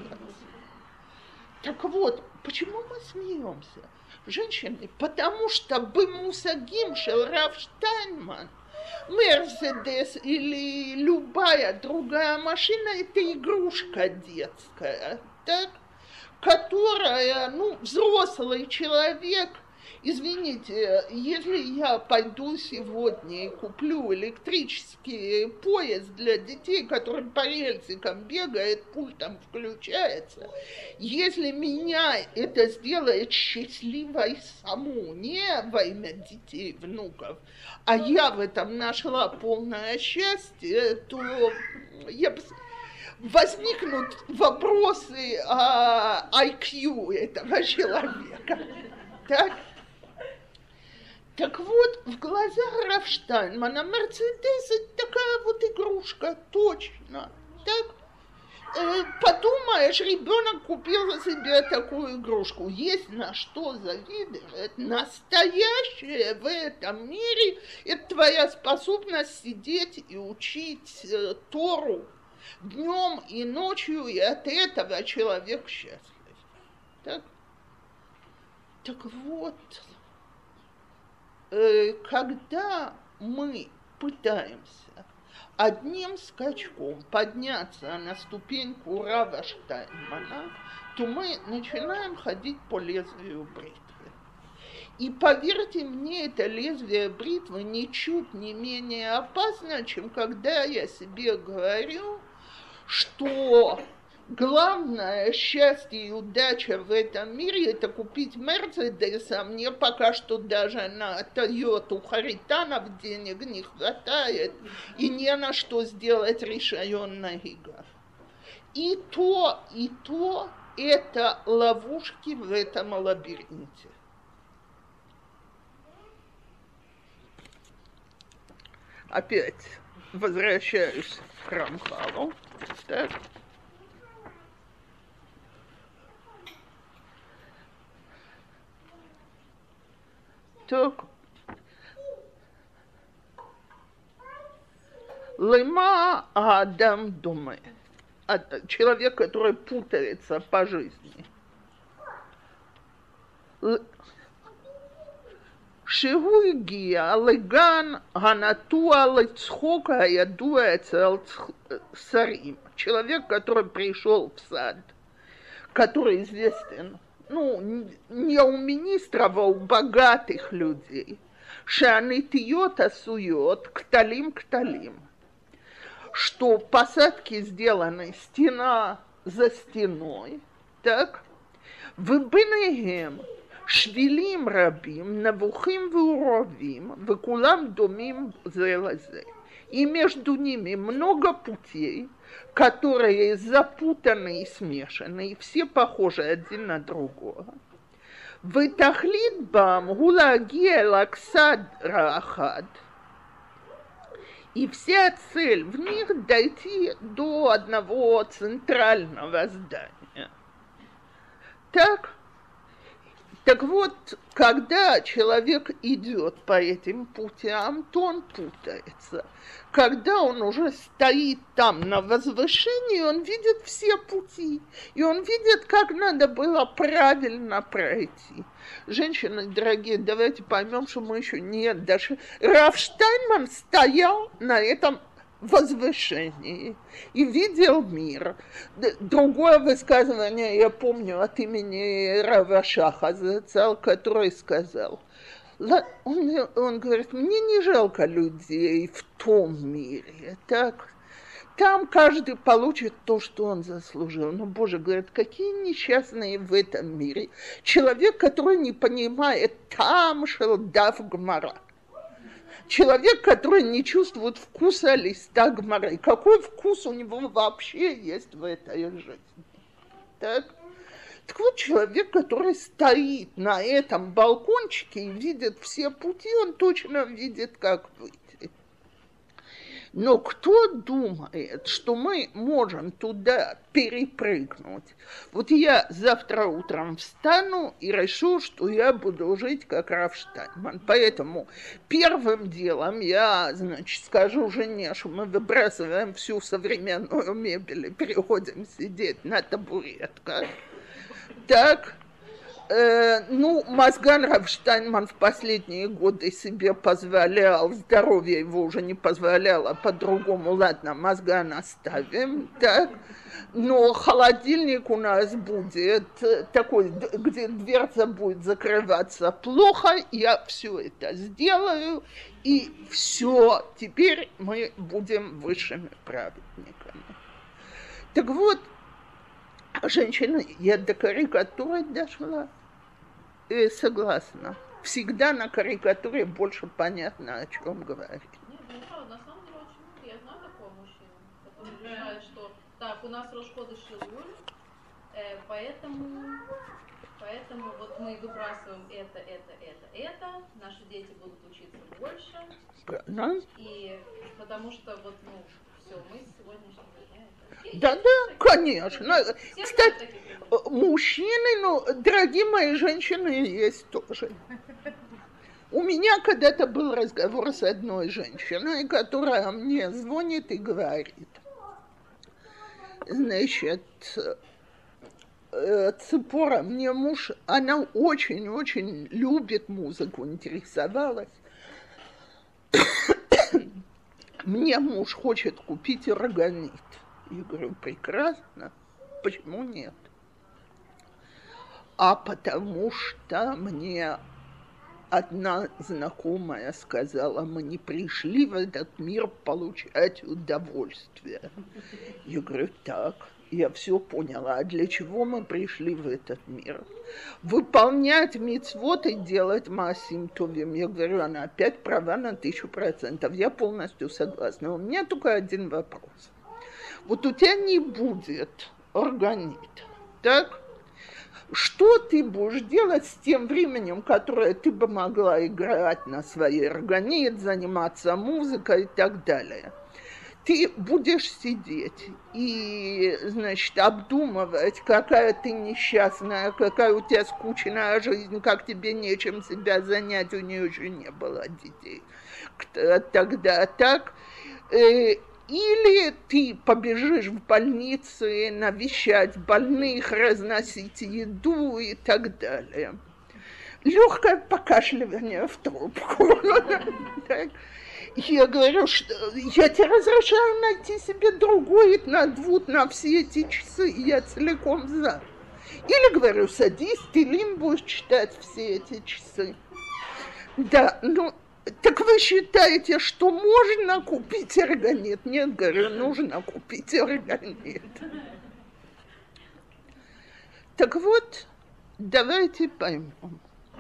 Так вот, почему мы смеемся? Женщины, потому что бы мусагим шел Рав Штайнман, Мерседес или любая другая машина – это игрушка детская, так? Которая, ну, взрослый человек, извините, если я пойду сегодня и куплю электрический поезд для детей, который по рельсикам бегает, пультом включается, если меня это сделает счастливой саму, не во имя детей, внуков, а я в этом нашла полное счастье, то я... возникнут вопросы о ай кью этого человека. Так? Так вот, в глазах Рав Штайнмана Мерседес это такая вот игрушка, точно. Так? Э, подумаешь, ребенок купил себе такую игрушку. Есть на что завидовать. Настоящее в этом мире – это твоя способность сидеть и учить э, Тору днем и ночью, и от этого человек счастлив. Так, так вот, э, когда мы пытаемся одним скачком подняться на ступеньку Рава Штайнмана, то мы начинаем ходить по лезвию бритвы. И поверьте мне, это лезвие бритвы ничуть не менее опасно, чем когда я себе говорю, что главное счастье и удача в этом мире – это купить Мерцедес, а мне пока что даже на Тойоту Хаританов денег не хватает, и не на что сделать ришайон нагигав. И то, и то – это ловушки в этом лабиринте. Опять возвращаюсь к Рамхалу. Так. Так. Лема Адам думает. Человек, который путается по жизни. שהוא הגיע לגן הנטוע לצחוק הידוע אצל שרים. Человек, который пришел в сад, который известен, ну, не у министров, а у богатых людей, שהנטיות עשויות кtalим кtalим, что посадки сделаны стена за стеной, так, וביניהם שבילים רבים, נבוכים ועורבים, וכולם דומים זה לזה. И между ними много путей, которые запутаны и смешаны, и все похожи один на другого. ותכלית בם הוא להגיע לכסד האחד. И вся цель в них дойти до одного центрального здания. Так? Так вот, когда человек идет по этим путям, то он путается. Когда он уже стоит там на возвышении, он видит все пути. И он видит, как надо было правильно пройти. Женщины, дорогие, давайте поймем, что мы еще не дошли. Рав Штайнман стоял на этом возвышении и видел мир. Другое высказывание я помню от имени Рава Шаха Зацал, который сказал, он, он говорит, мне не жалко людей в том мире, так? Там каждый получит то, что он заслужил. Но, Боже, говорит, какие несчастные в этом мире. Человек, который не понимает там шелдав гмара. Человек, который не чувствует вкуса листа гмары. Какой вкус у него вообще есть в этой жизни? Так? Так вот, человек, который стоит на этом балкончике и видит все пути, он точно видит, как выйти. Но кто думает, что мы можем туда перепрыгнуть? Вот я завтра утром встану и решу, что я буду жить как Рав Штайнман. Поэтому первым делом я, значит, скажу жене, что мы выбрасываем всю современную мебель и переходим сидеть на табуретках. Так. Э, ну, Мазган Рав Штайнман в последние годы себе позволял, здоровье его уже не позволяло, по-другому, ладно, Мазган оставим, так, но холодильник у нас будет такой, где дверца будет закрываться плохо, я все это сделаю, и все, теперь мы будем высшими праведниками. Так вот, женщина, я до карикатуры дошла. И согласна. Всегда на карикатуре больше понятно, о чем говорить. Нет, ну правда, на самом деле очень много. Я знаю такого мужчину, который решает, что так, у нас Рош-Ходеш Элуль, э, поэтому, поэтому вот мы выбрасываем это, это, это, это, наши дети будут учиться больше. Правильно? И потому что вот, ну, все, мы сегодняшнего дня. Да, да, конечно. Кстати, мужчины, ну, дорогие мои женщины, есть тоже. У меня когда-то был разговор с одной женщиной, которая мне звонит и говорит, значит, Ципора, мне муж, она очень-очень любит музыку, интересовалась. мне муж хочет купить органит. Я говорю, прекрасно, почему нет? А потому что мне одна знакомая сказала, мы не пришли в этот мир получать удовольствие. Я говорю, так, я все поняла. А для чего мы пришли в этот мир? Выполнять мицвот и делать маасим товим. Я говорю, она опять права на тысячу процентов. Я полностью согласна. У меня только один вопрос. Вот у тебя не будет органита, так? Что ты будешь делать с тем временем, которое ты бы могла играть на своей органит, заниматься музыкой и так далее? Ты будешь сидеть и, значит, обдумывать, какая ты несчастная, какая у тебя скучная жизнь, как тебе нечем себя занять, у нее же не было детей. Тогда так. Или ты побежишь в больницы навещать больных, разносить еду и так далее. Легкое покашливание в трубку. Я говорю, что я тебе разрешаю найти себе другой надвуд на все эти часы, я целиком за. Или говорю, садись, ты лим будешь читать все эти часы. Да, ну, так вы считаете, что можно купить органит? Нет, говорю, нужно купить органит. Так вот, давайте поймем.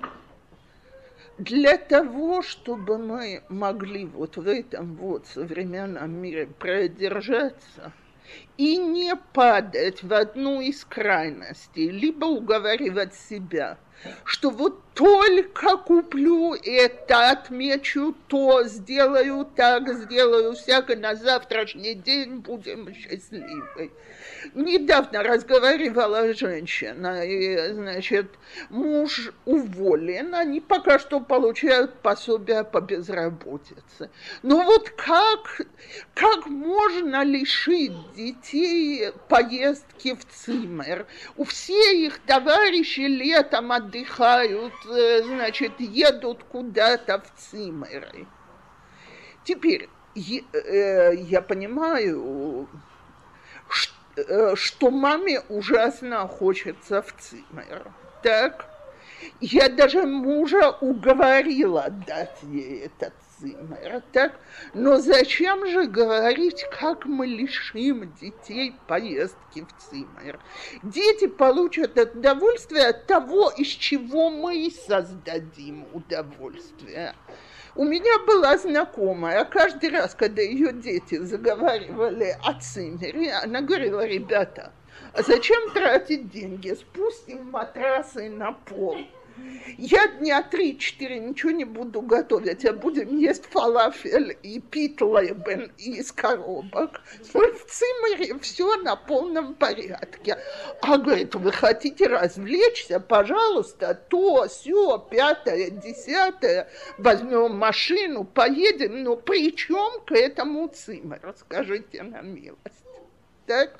Для того, чтобы мы могли вот в этом вот современном мире продержаться и не падать в одну из крайностей, либо уговаривать себя, что вот только куплю это, отмечу то, сделаю так, сделаю всякое, на завтрашний день будем счастливы. Недавно разговаривала женщина, и, значит, муж уволен, они пока что получают пособие по безработице. Но вот как, как можно лишить детей поездки в циммер? У всех их товарищи летом отдыхают, значит, едут куда-то в циммеры. Теперь, я, я понимаю, что что маме ужасно хочется в циммер, так? Я даже мужа уговорила дать ей этот циммер, так? Но зачем же говорить, как мы лишим детей поездки в циммер? Дети получат удовольствие от того, из чего мы создадим удовольствие. У меня была знакомая, каждый раз, когда ее дети заговаривали о циммере, она говорила, ребята, а зачем тратить деньги? Спустим матрасы на пол. Я дня три-четыре ничего не буду готовить, а будем есть фалафель и пить лебен из коробок. В циммере все на полном порядке. А говорит, вы хотите развлечься? Пожалуйста, то, сё, пятое, десятое, возьмем машину, поедем, но при чем к этому циммеру? Скажите на милость. Так?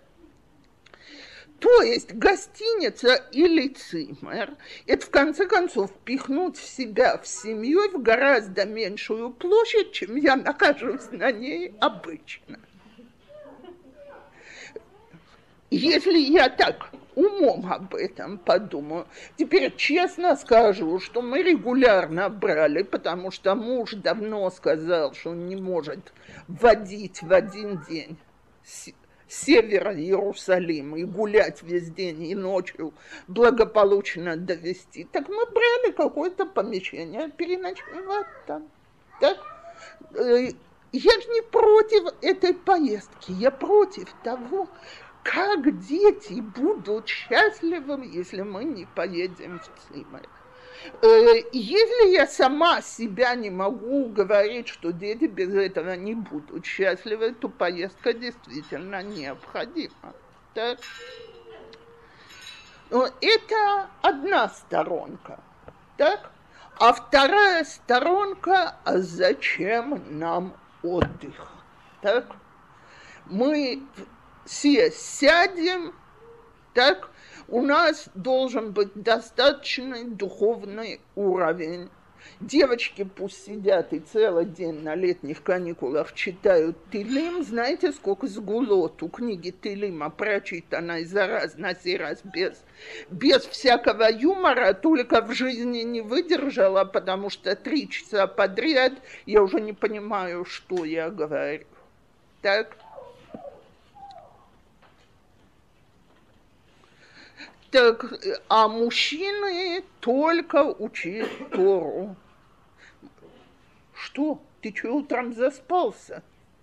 То есть гостиница или циммер – это, в конце концов, впихнуть в себя в семью в гораздо меньшую площадь, чем я нахожусь на ней обычно. Если я так умом об этом подумаю, теперь честно скажу, что мы регулярно брали, потому что муж давно сказал, что он не может водить в один день севера Иерусалима и гулять весь день и ночью благополучно довести, так мы брали какое-то помещение, переночевать там. Так? Я же не против этой поездки, я против того, как дети будут счастливы, если мы не поедем в циммер. Если я сама себя не могу говорить, что дети без этого не будут счастливы, то поездка действительно необходима. Так? Но это одна сторонка. Так? А вторая сторонка, а зачем нам отдых? Так? Мы все сядем, так? У нас должен быть достаточный духовный уровень, Девочки пусть сидят и целый день на летних каникулах читают Тилим. Знаете, сколько сгулот у книги Тилима прочитанной за раз, на сей раз без, без всякого юмора, только в жизни не выдержала, потому что три часа подряд я уже не понимаю, что я говорю. Так? Так, а мужчины только учат Тору. Что? Ты что утром заспался?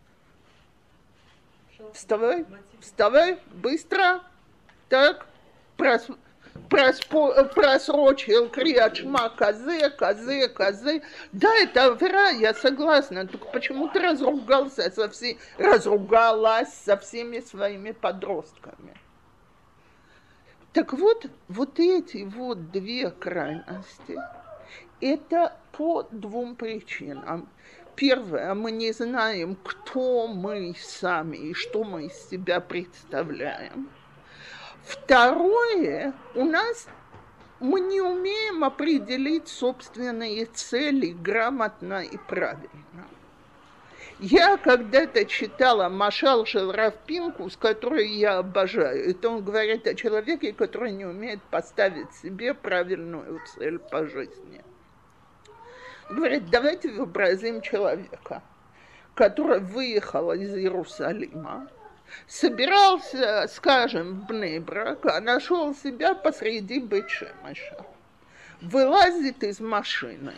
Вставай, вставай, быстро. Так, прос, проспо, просрочил Криат Шма, козе, козе, козе. Да, это вера, я согласна. Только почему ты разругался со всеми, разругалась со всеми своими подростками? Так вот, вот эти вот две крайности, это по двум причинам. Первое, мы не знаем, кто мы сами и что мы из себя представляем. Второе, у нас мы не умеем определить собственные цели грамотно и правильно. Я когда-то читала Машал шел Рав Пинкус, который я обожаю. Это он говорит о человеке, который не умеет поставить себе правильную цель по жизни. Говорит, давайте вообразим человека, который выехал из Иерусалима, собирался, скажем, в Бней-Брак, а нашел себя посреди Бейт-Шемеша. Вылазит из машины,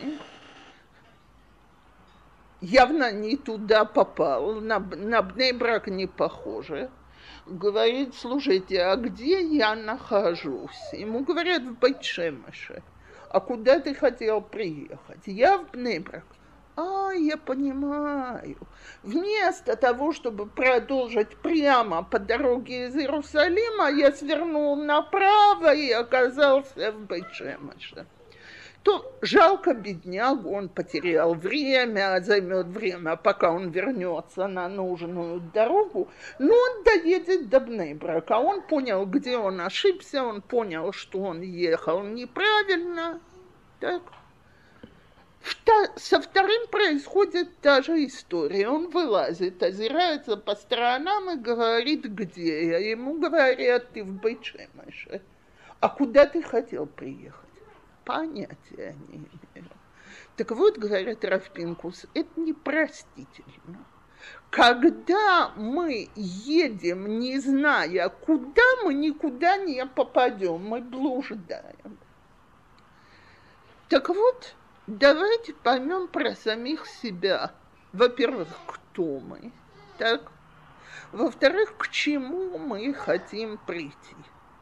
явно не туда попал, на, на Бней-Брак не похоже. Говорит, слушайте, а где я нахожусь? Ему говорят, в Бейт-Шемеше. А куда ты хотел приехать? Я в Бней-Брак. А, я понимаю. Вместо того, чтобы продолжить прямо по дороге из Иерусалима, я свернул направо и оказался в Бейт-Шемеше. То жалко беднягу, он потерял время, займет время, пока он вернется на нужную дорогу, но он доедет до Бней-Брака. Он понял, где он ошибся, он понял, что он ехал неправильно. Так. Со вторым происходит та же история. Он вылазит, озирается по сторонам и говорит, где я. Ему говорят, ты в Бейт-Шемеше. А куда ты хотел приехать? Понятия не имею. Так вот, говорит Рав Пинкус, это непростительно. Когда мы едем, не зная, куда, мы никуда не попадем, мы блуждаем. Так вот, давайте поймем про самих себя. Во-первых, кто мы, так? Во-вторых, к чему мы хотим прийти.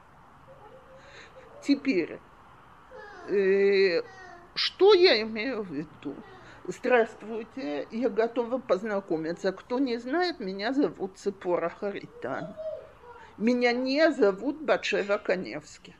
Теперь, э, что я имею в виду? Здравствуйте, я готова познакомиться. Кто не знает, меня зовут Ципора Харитан. Меня не зовут Батшева Каневски.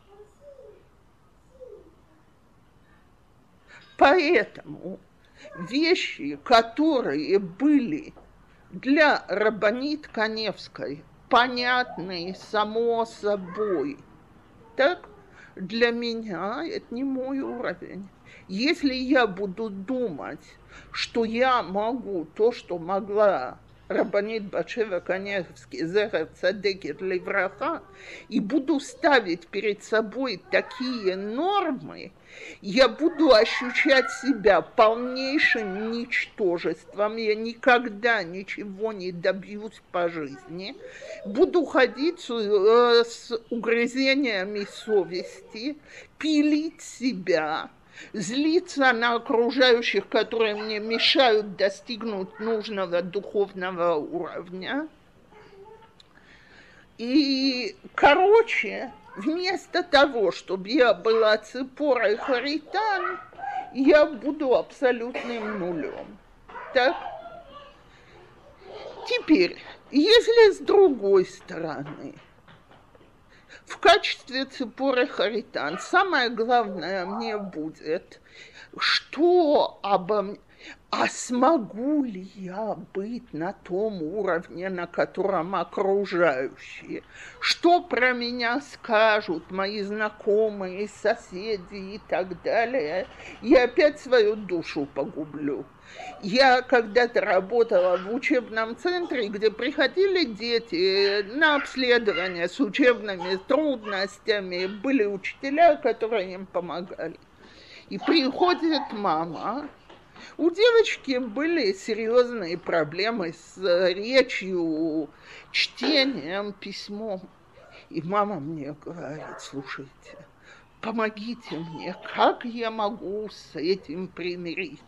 Поэтому вещи, которые были для Рабанит Каневской понятны само собой, так, для меня это не мой уровень. Если я буду думать, что я могу то, что могла Рабанит Батшева Каневски, Зехер Цадекет Левраха, и буду ставить перед собой такие нормы, я буду ощущать себя полнейшим ничтожеством, я никогда ничего не добьюсь по жизни, буду ходить с, э, с угрызениями совести, пилить себя, злиться на окружающих, которые мне мешают достигнуть нужного духовного уровня. И, короче, вместо того, чтобы я была Ципорой Харитан, я буду абсолютным нулем. Так? Теперь, если с другой стороны, в качестве Ципоры Харитан самое главное мне будет, что обо мне... А смогу ли я быть на том уровне, на котором окружающие? Что про меня скажут мои знакомые, соседи и так далее? Я опять свою душу погублю. Я когда-то работала в учебном центре, где приходили дети на обследование с учебными трудностями, были учителя, которые им помогали. И приходит мама. У девочки были серьезные проблемы с речью, чтением, письмом. И мама мне говорит: слушайте, помогите мне, как я могу с этим примириться?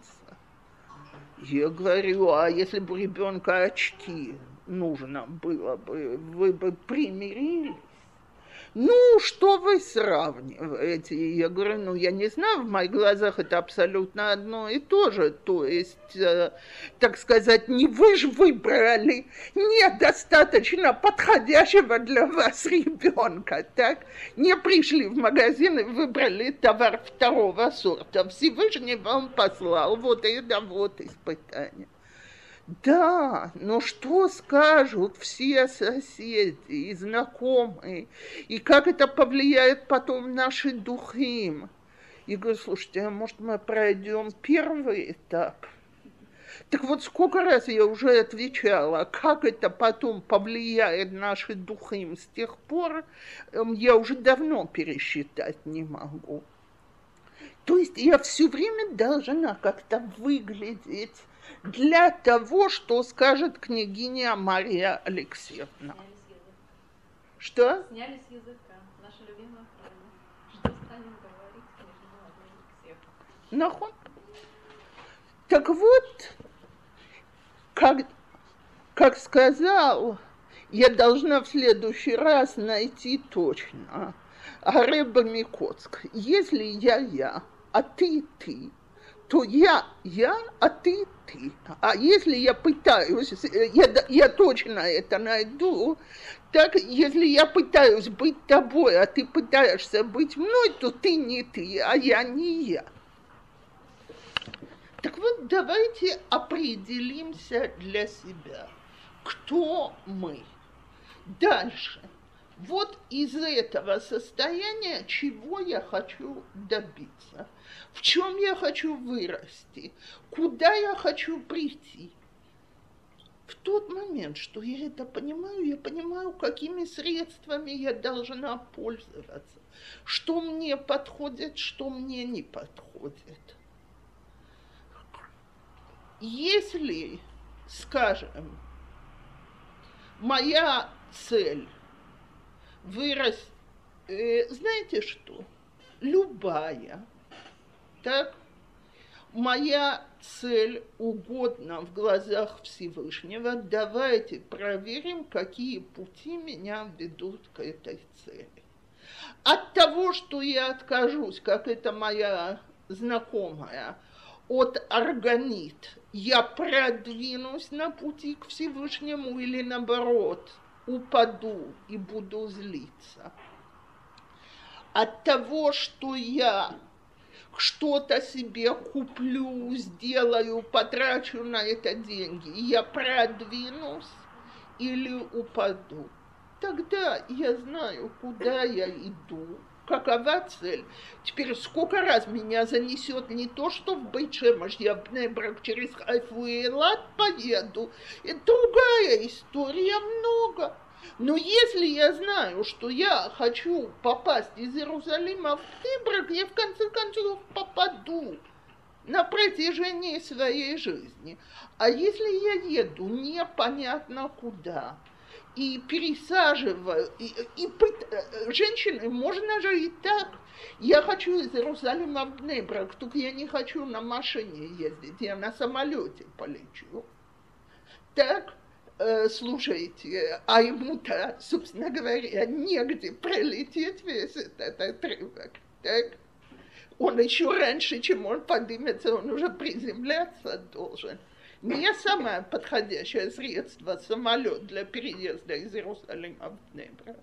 Я говорю: а если бы у ребенка очки нужно было бы, вы бы примирились? Ну, что вы сравниваете? Я говорю: ну, я не знаю, в моих глазах это абсолютно одно и то же. То есть, э, так сказать, не вы же выбрали недостаточно подходящего для вас ребенка, так? Не пришли в магазин и выбрали товар второго сорта. Всевышний вам послал вот это вот испытание. Да, но что скажут все соседи и знакомые, и как это повлияет потом на наши духи? И говорю: слушайте, а может мы пройдем первый этап? Так вот, сколько раз я уже отвечала, как это потом повлияет на наши духи с тех пор, я уже давно пересчитать не могу. То есть я все время должна как-то выглядеть для того, что скажет княгиня Мария Алексеевна. Что? Сняли с языка. Наша любимая фраза. Что станем говорить, княжна Мария Алексеевна? Нахуй. Так вот, как, как сказал, я должна в следующий раз найти точно Ребе Микоцк. Если я я, а ты ты, то я я, а ты ты. А если я пытаюсь, я, я точно это найду, так если я пытаюсь быть тобой, а ты пытаешься быть мной, то ты не ты, а я не я. Так вот, давайте определимся для себя, кто мы. Дальше. Вот из этого состояния чего я хочу добиться, в чем я хочу вырасти, куда я хочу прийти. В тот момент, что я это понимаю, я понимаю, какими средствами я должна пользоваться, что мне подходит, что мне не подходит. Если, скажем, моя цель вырасти, э, знаете что, любая, так, моя цель угодна в глазах Всевышнего, давайте проверим, какие пути меня ведут к этой цели. От того, что я откажусь, как это моя знакомая, от органит, я продвинусь на пути к Всевышнему или наоборот, упаду и буду злиться. От того, что я что-то себе куплю, сделаю, потрачу на это деньги, я продвинусь или упаду. Тогда я знаю, куда я иду, какова цель. Теперь сколько раз меня занесет не то, что в Бейт-Шемеш, я в Бней-Брак через Хайфу и Элат поеду. Это другая история, много. Но если я знаю, что я хочу попасть из Иерусалима в Бней-Брак, я в конце концов попаду на протяжении своей жизни. А если я еду непонятно куда, и пересаживаю, и, и пыт... женщины, можно же и так. Я хочу из Иерусалима в Бней-Брак, только я не хочу на машине ездить, я на самолете полечу. Так, э, слушайте, а ему-то, собственно говоря, негде пролететь весь этот отрывок, так? Он еще раньше, чем он поднимется, он уже приземляться должен. Не самое подходящее средство самолет для переезда из Иерусалима в Бней-Брак.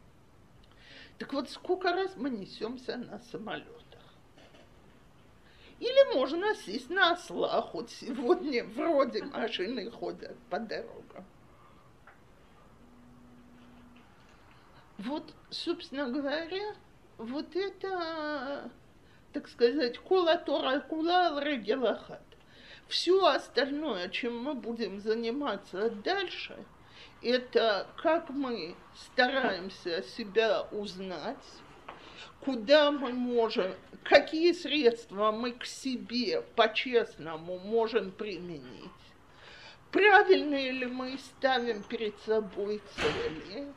Так вот, сколько раз мы несемся на самолетах? Или можно сесть на осла, хоть сегодня вроде машины ходят по дорогам. Вот, собственно говоря, вот это, так сказать, кола тора кула регелахат. Все остальное, чем мы будем заниматься дальше, это как мы стараемся себя узнать, куда мы можем, какие средства мы к себе по-честному можем применить, правильные ли мы ставим перед собой цели.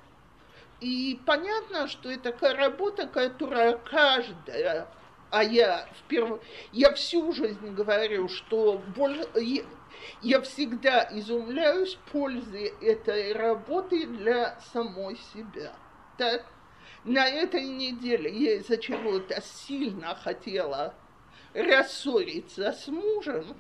И понятно, что это такая работа, которая каждая, а я впервые, я всю жизнь говорю, что больше, я, я всегда изумляюсь пользе этой работы для самой себя. Так, на этой неделе я из-за чего-то сильно хотела рассориться с мужем,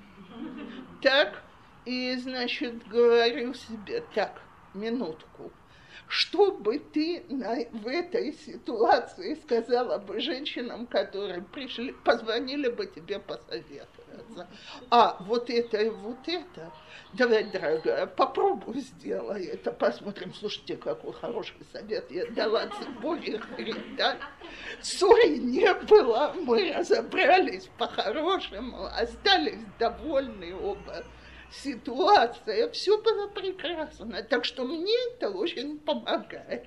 так, и, значит, говорю себе, так, минутку. Что бы ты на, в этой ситуации сказала бы женщинам, которые пришли, позвонили бы тебе посоветоваться? А, вот это и вот это. Давай, дорогая, попробуй сделай это, посмотрим. Слушайте, какой хороший совет я дала Циборе, да? Ссоры не было, мы разобрались по-хорошему, остались довольны оба. Ситуация, все было прекрасно, так что мне это очень помогает.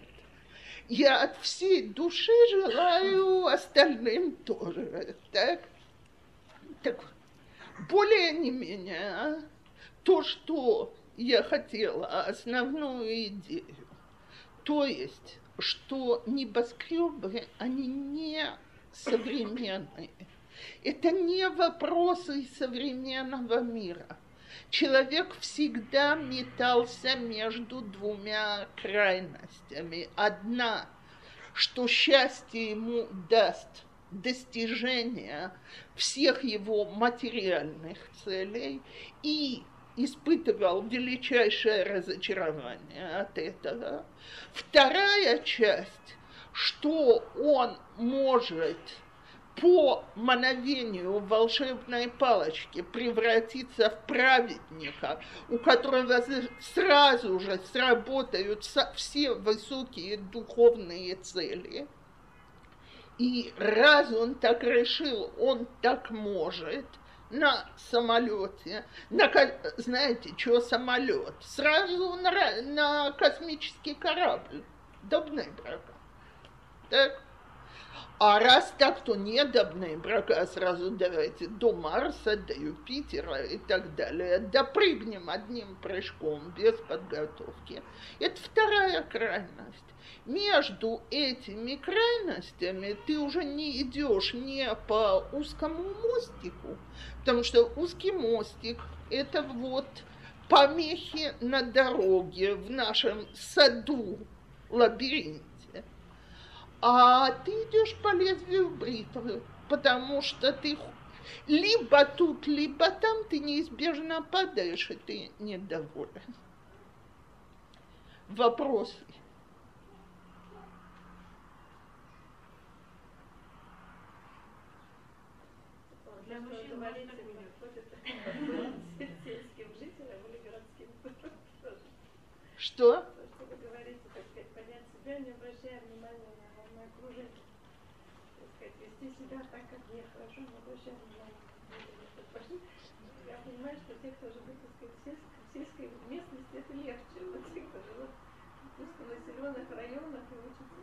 Я от всей души желаю остальным тоже, так? Так, более не менее, то, что я хотела, основную идею, то есть, что небоскребы, они не современные, это не вопросы современного мира. Человек всегда метался между двумя крайностями. Одна, что счастье ему даст достижение всех его материальных целей, и испытывал величайшее разочарование от этого. Вторая часть, что он может по мановению волшебной палочки превратиться в праведника, у которого сразу же сработают все высокие духовные цели. И раз он так решил, он так может, на самолете, на, знаете, что самолет, сразу на, на космический корабль, до Бней-Брака. Так? А раз так, то не до Бней-Брака, сразу давайте до Марса, до Юпитера и так далее. Допрыгнем одним прыжком, без подготовки. Это вторая крайность. Между этими крайностями ты уже не идешь не по узкому мостику, потому что узкий мостик – это вот помехи на дороге в нашем саду, лабиринте. А ты идешь по лезвию бритвы, потому что ты либо тут, либо там ты неизбежно падаешь, и ты недоволен. Вопросы? Для мужчин говорится, сельским жителям или городским. Что? Что вы говорите, так сказать, понять себя, не обращая внимания на, на окружение. Так сказать, вести себя так, как мне хорошо, не обращая внимания. Я понимаю, что те, кто живут, так сказать, в сельской местности, это легче. Вот те, кто живут в густонаселенных районах и учатся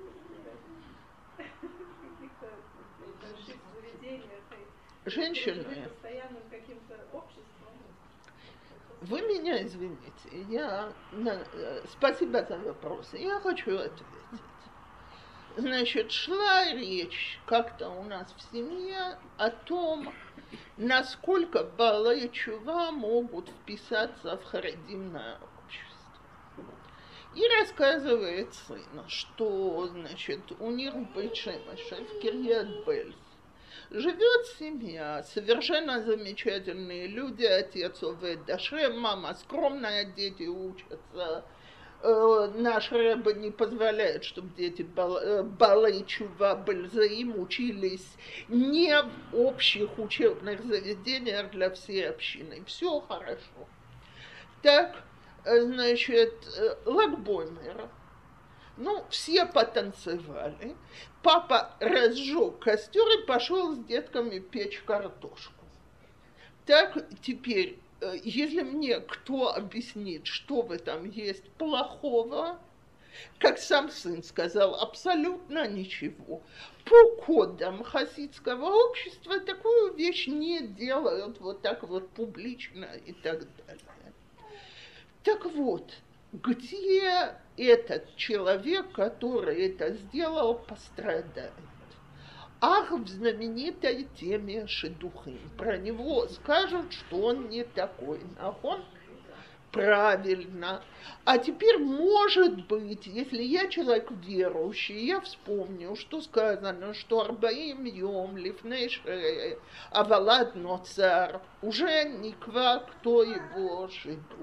в каких-то больших заведениях. Женщины, постоянным каким-то обществом. вы меня извините, я, на, спасибо за вопрос, я хочу ответить. Значит, шла речь как-то у нас в семье о том, насколько Баалей Тшува могут вписаться в харидимное общество. И рассказывает сын, что, значит, у них в Бейт-Шемеше, в Кирьят-Бельс, живет семья, совершенно замечательные люди, отец Овед Ашем, мама скромная, дети учатся э, наш рэбе не позволяет, чтобы дети балей чува бальзаим учились не в общих учебных заведениях для всей общины. Все хорошо. Так, значит, лагбоймер. Ну, все потанцевали. Папа разжег костер и пошел с детками печь картошку. Так, теперь, если мне кто объяснит, что в этом есть плохого, как сам сын сказал, абсолютно ничего. По кодам хасидского общества такую вещь не делают вот так вот публично и так далее. Так вот, где этот человек, который это сделал, пострадает? Ах, в знаменитой теме шедухим. Про него скажут, что он не такой. А он правильно. А теперь, может быть, если я человек верующий, я вспомню, что сказано, что арбаим йом лифней шеэ авалад ноцар, уже никва, кто его шедух.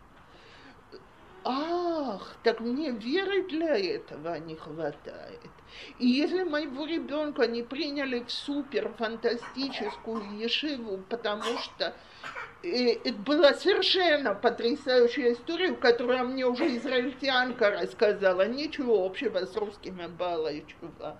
Ах, так мне веры для этого не хватает. И если моего ребенка не приняли в суперфантастическую ешиву, потому что э, это была совершенно потрясающая история, которую мне уже израильтянка рассказала, ничего общего с русскими балой чува.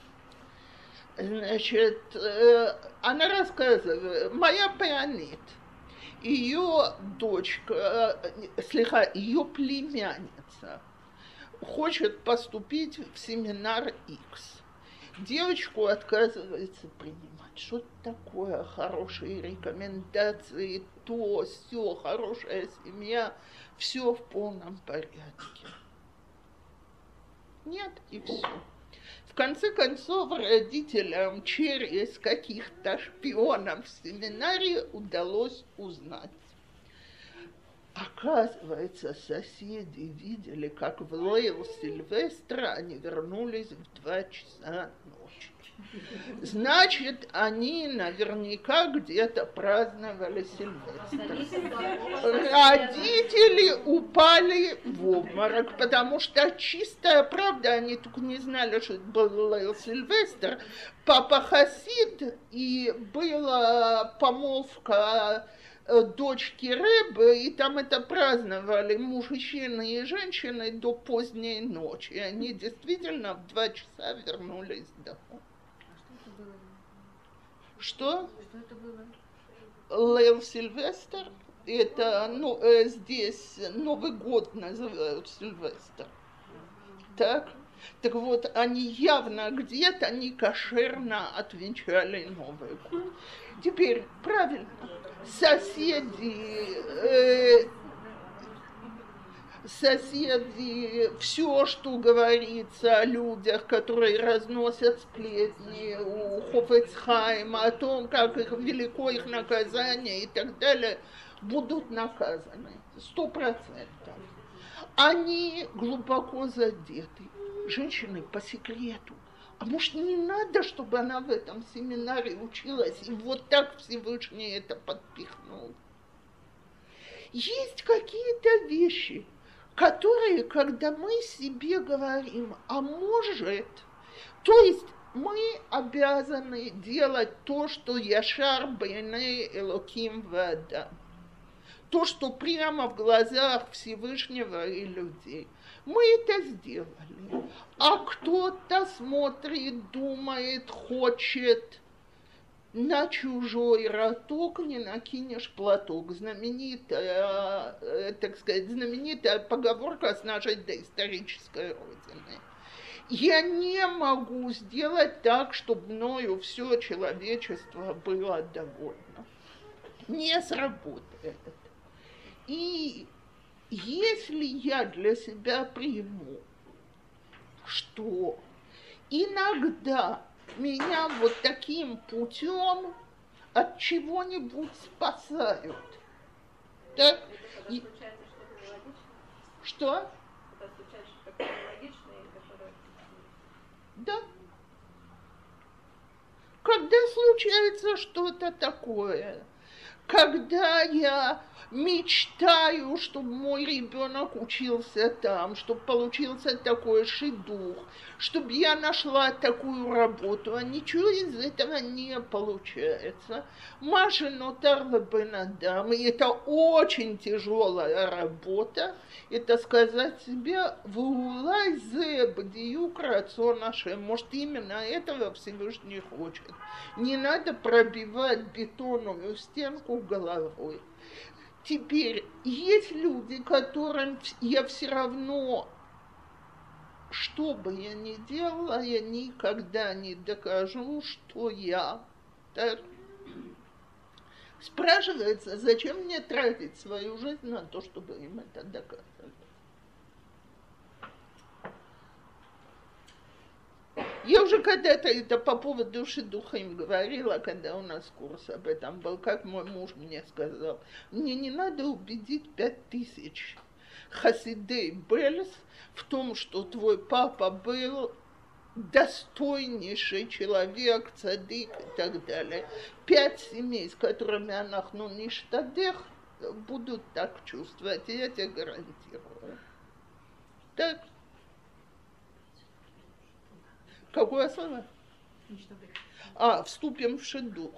Значит, э, она рассказывает, моя пианит, ее дочка, слегка, ее племянница хочет поступить в семинар X. Девочку отказывается принимать. Что это такое? Хорошие рекомендации, то, все, хорошая семья, все в полном порядке. Нет, и все. В конце концов, родителям через каких-то шпионов в семинаре удалось узнать. Оказывается, соседи видели, как в Лейл Сильвестра они вернулись в два часа ночи. Значит, они наверняка где-то праздновали Сильвестр. Родители упали в обморок, потому что чистая правда, они только не знали, что это был Лейл Сильвестр. Папа хасид, и была помолвка дочки Рэбе, и там это праздновали мужчины и женщины до поздней ночи. И они действительно в два часа вернулись домой. Что? Что это было? Лейл Сильвестр. Это, ну, э, здесь Новый год называют Сильвестр. Так? Так вот, они явно где-то не кошерно отвечали Новый год. Теперь, правильно, соседи, э, соседи, все, что говорится о людях, которые разносят сплетни у Хофецхайма, о том, как их велико их наказание и так далее, будут наказаны. Сто процентов. Они глубоко задеты. Женщины по секрету. А может, не надо, чтобы она в этом семинаре училась, и вот так Всевышний это подпихнул? Есть какие-то вещи, которые, когда мы себе говорим, а может, то есть мы обязаны делать то, что Яшар бейней Элоким ваадам, то, что прямо в глазах Всевышнего и людей. Мы это сделали. А кто-то смотрит, думает, хочет, на чужой роток не накинешь платок. Знаменитая, э, так сказать, знаменитая поговорка с нашей доисторической родины. Я не могу сделать так, чтобы мною все человечество было довольно. Не сработает. И если я для себя приму, что иногда меня вот таким путем от чего-нибудь спасают. Так? И... Что? Да. Когда случается что-то такое, когда я мечтаю, чтобы мой ребенок учился там, чтобы получился такой шидух, чтобы я нашла такую работу, а ничего из этого не получается. Маша нотарла бен-адам, и это очень тяжелая работа, это сказать себе, вулай зе бдиюк рацон Ашем, может, именно этого Всевышний хочет. Не надо пробивать бетонную стенку головой. Теперь, есть люди, которым я все равно, что бы я ни делала, я никогда не докажу, что я. Так? Спрашивается, зачем мне тратить свою жизнь на то, чтобы им это доказывать. Я уже когда-то это по поводу шидуха им говорила, когда у нас курс об этом был, как мой муж мне сказал, мне не надо убедить пять тысяч хасидей Бельс в том, что твой папа был достойнейший человек, цадик и так далее. Пять семей, с которыми анахну ништадех, будут так чувствовать, и я тебе гарантирую. Так. Какое слово? А, вступим в шидух.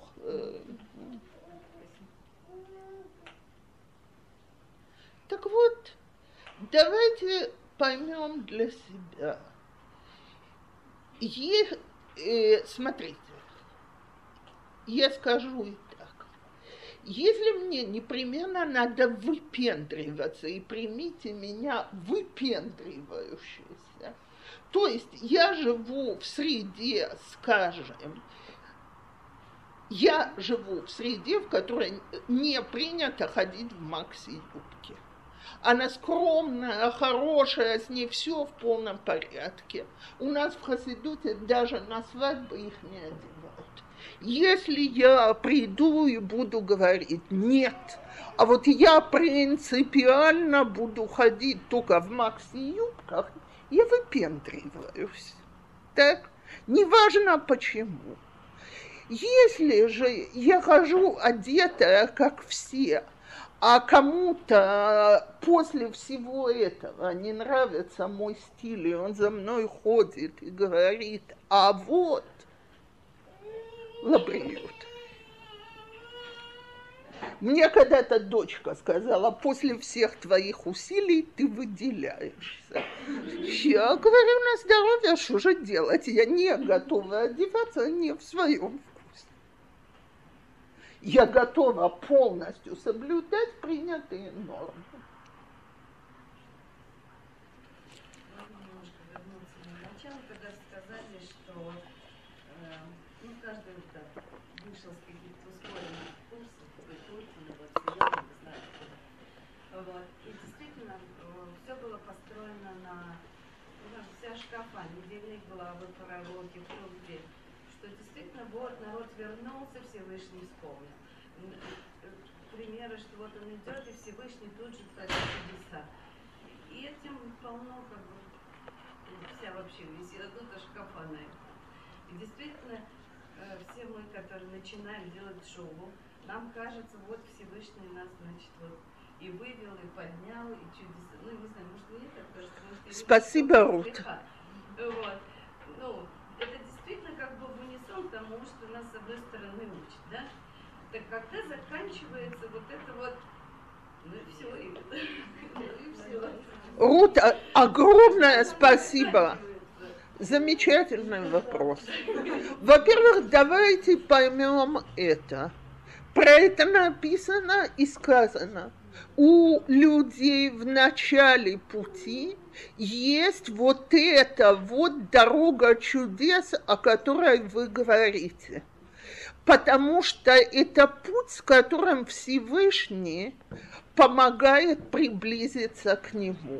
Так вот, давайте поймем для себя. Е, э, смотрите, я скажу и так. Если мне непременно надо выпендриваться, и примите меня выпендривающейся, то есть я живу в среде, скажем, я живу в среде, в которой не принято ходить в макси-юбке. Она скромная, хорошая, с ней все в полном порядке. У нас в хасидуте даже на свадьбы их не одевают. Если я приду и буду говорить «нет», а вот я принципиально буду ходить только в макси-юбках, я выпендриваюсь. Так? Неважно почему. Если же я хожу одетая, как все, а кому-то после всего этого не нравится мой стиль, и он за мной ходит и говорит, а вот лабриют. Мне когда-то дочка сказала, после всех твоих усилий ты выделяешься. Я говорю, на здоровье, что же делать? Я не готова одеваться не в своем вкусе. Я готова полностью соблюдать принятые нормы. Можно немножко вернуться на начало, когда сказали, что э, ну, каждый да, вышел с каких-то ускоренных курсов, Турции, вот, Сиёна, не знаю, откуда. Вот. И действительно, э, все было построено на, ну, вся шкафа, нигде в них была вот пророки, где, что действительно вот народ вернулся, Всевышний вспомнил. Примеры, что вот он идет, и Всевышний тут же творит чудеса. И этим полно, как бы, вся вообще литература шкафа на это. И действительно, все мы, которые начинаем делать шоу, нам кажется, вот Всевышний нас, значит, вот и вывел, и поднял, и чудеса. Ну, не знаю, может, мне так кажется. Может, спасибо, Рут. Вот. Ну, это действительно как бы в унисон тому, что нас, с одной стороны, учат, да? Так когда заканчивается вот это вот, ну и все, и, ну и все. Рут, огромное спасибо. Замечательный вопрос. Во-первых, давайте поймем это. Про это написано и сказано. У людей в начале пути есть вот эта вот дорога чудес, о которой вы говорите. Потому что это путь, с которым Всевышний помогает приблизиться к нему.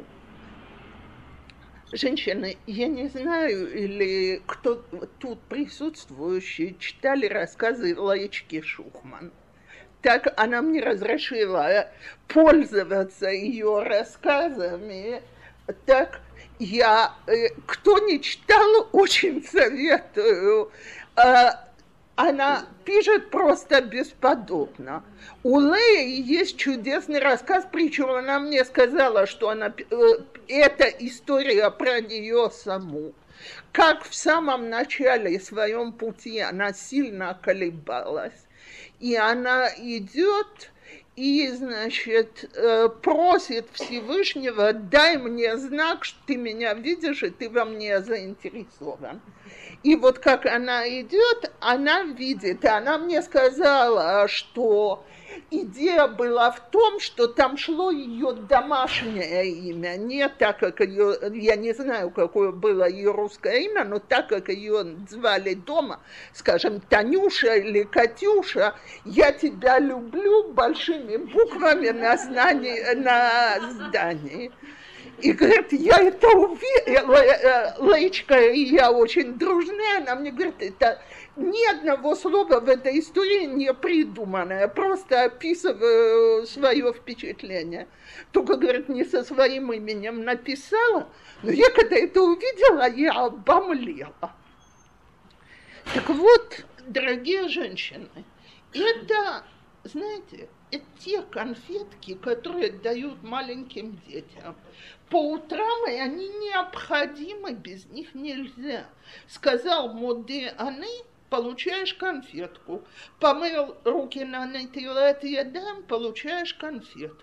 Женщины, я не знаю, или кто тут присутствующие читали рассказы Лаечки Шухман. Так она мне разрешила пользоваться ее рассказами. Так я, кто не читал, очень советую. она пишет просто бесподобно. У Леи есть чудесный рассказ, причем она мне сказала, что она, э, это история про нее саму. Как в самом начале своем пути она сильно колебалась, и она идет и, значит, э, просит Всевышнего: дай мне знак, что ты меня видишь, и ты во мне заинтересован. И вот как она идет, она видит, и она мне сказала, что идея была в том, что там шло ее домашнее имя, не так, как ее, я не знаю, какое было ее русское имя, но так, как ее звали дома, скажем, Танюша или Катюша, я тебя люблю большими буквами на, знании, на здании. И говорит, я это увидела, Леечка и я очень дружные, она мне говорит, это ни одного слова в этой истории не придумано, я просто описываю свое впечатление. Только, говорит, не со своим именем написала, но я когда это увидела, я обомлела. Так вот, дорогие женщины, это, знаете, это те конфетки, которые дают маленьким детям. По утрам, и они необходимы, без них нельзя. Сказал Моде Аны, получаешь конфетку. Помыл руки на нетилат ядам, получаешь конфетку.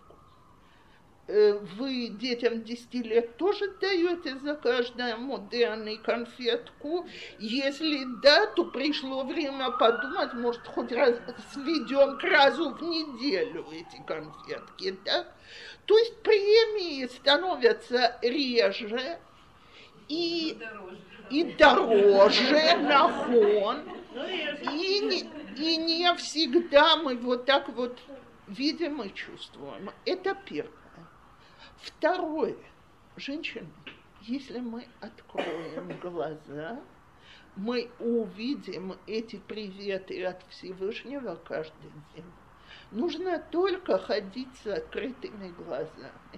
Вы детям десяти лет тоже даете за каждое Моде Аны конфетку? Если да, то пришло время подумать, может, хоть раз сведем к разу в неделю эти конфетки, да? То есть премии становятся реже и дороже, и дороже нахон, и не, и не всегда мы вот так вот видим и чувствуем. Это первое. Второе. Женщины, если мы откроем глаза, мы увидим эти приветы от Всевышнего каждый день. Нужно только ходить с открытыми глазами.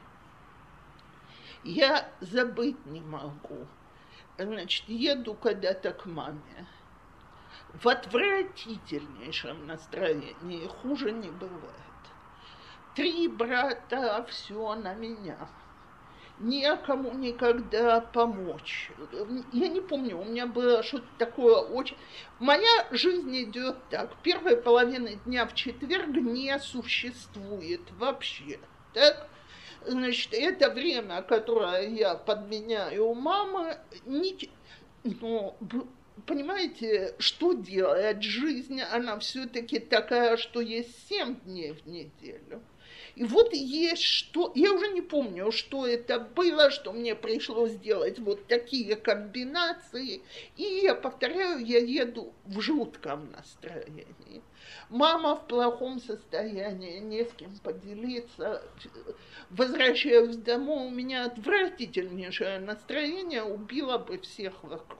Я забыть не могу. Значит, еду когда-то к маме. В отвратительнейшем настроении, хуже не бывает. Три брата, все на меня. Некому никогда помочь. Я не помню, у меня было что-то такое очень... Моя жизнь идет так. Первой половины дня в четверг не существует вообще. Так? Значит, это время, которое я подменяю у мамы, не... но, понимаете, что делать? Жизнь, она все-таки такая, что есть семь дней в неделю. И вот есть что, я уже не помню, что это было, что мне пришлось сделать вот такие комбинации. И я повторяю, я еду в жутком настроении. Мама в плохом состоянии, не с кем поделиться. Возвращаюсь домой, у меня отвратительнейшее настроение, убило бы всех вокруг.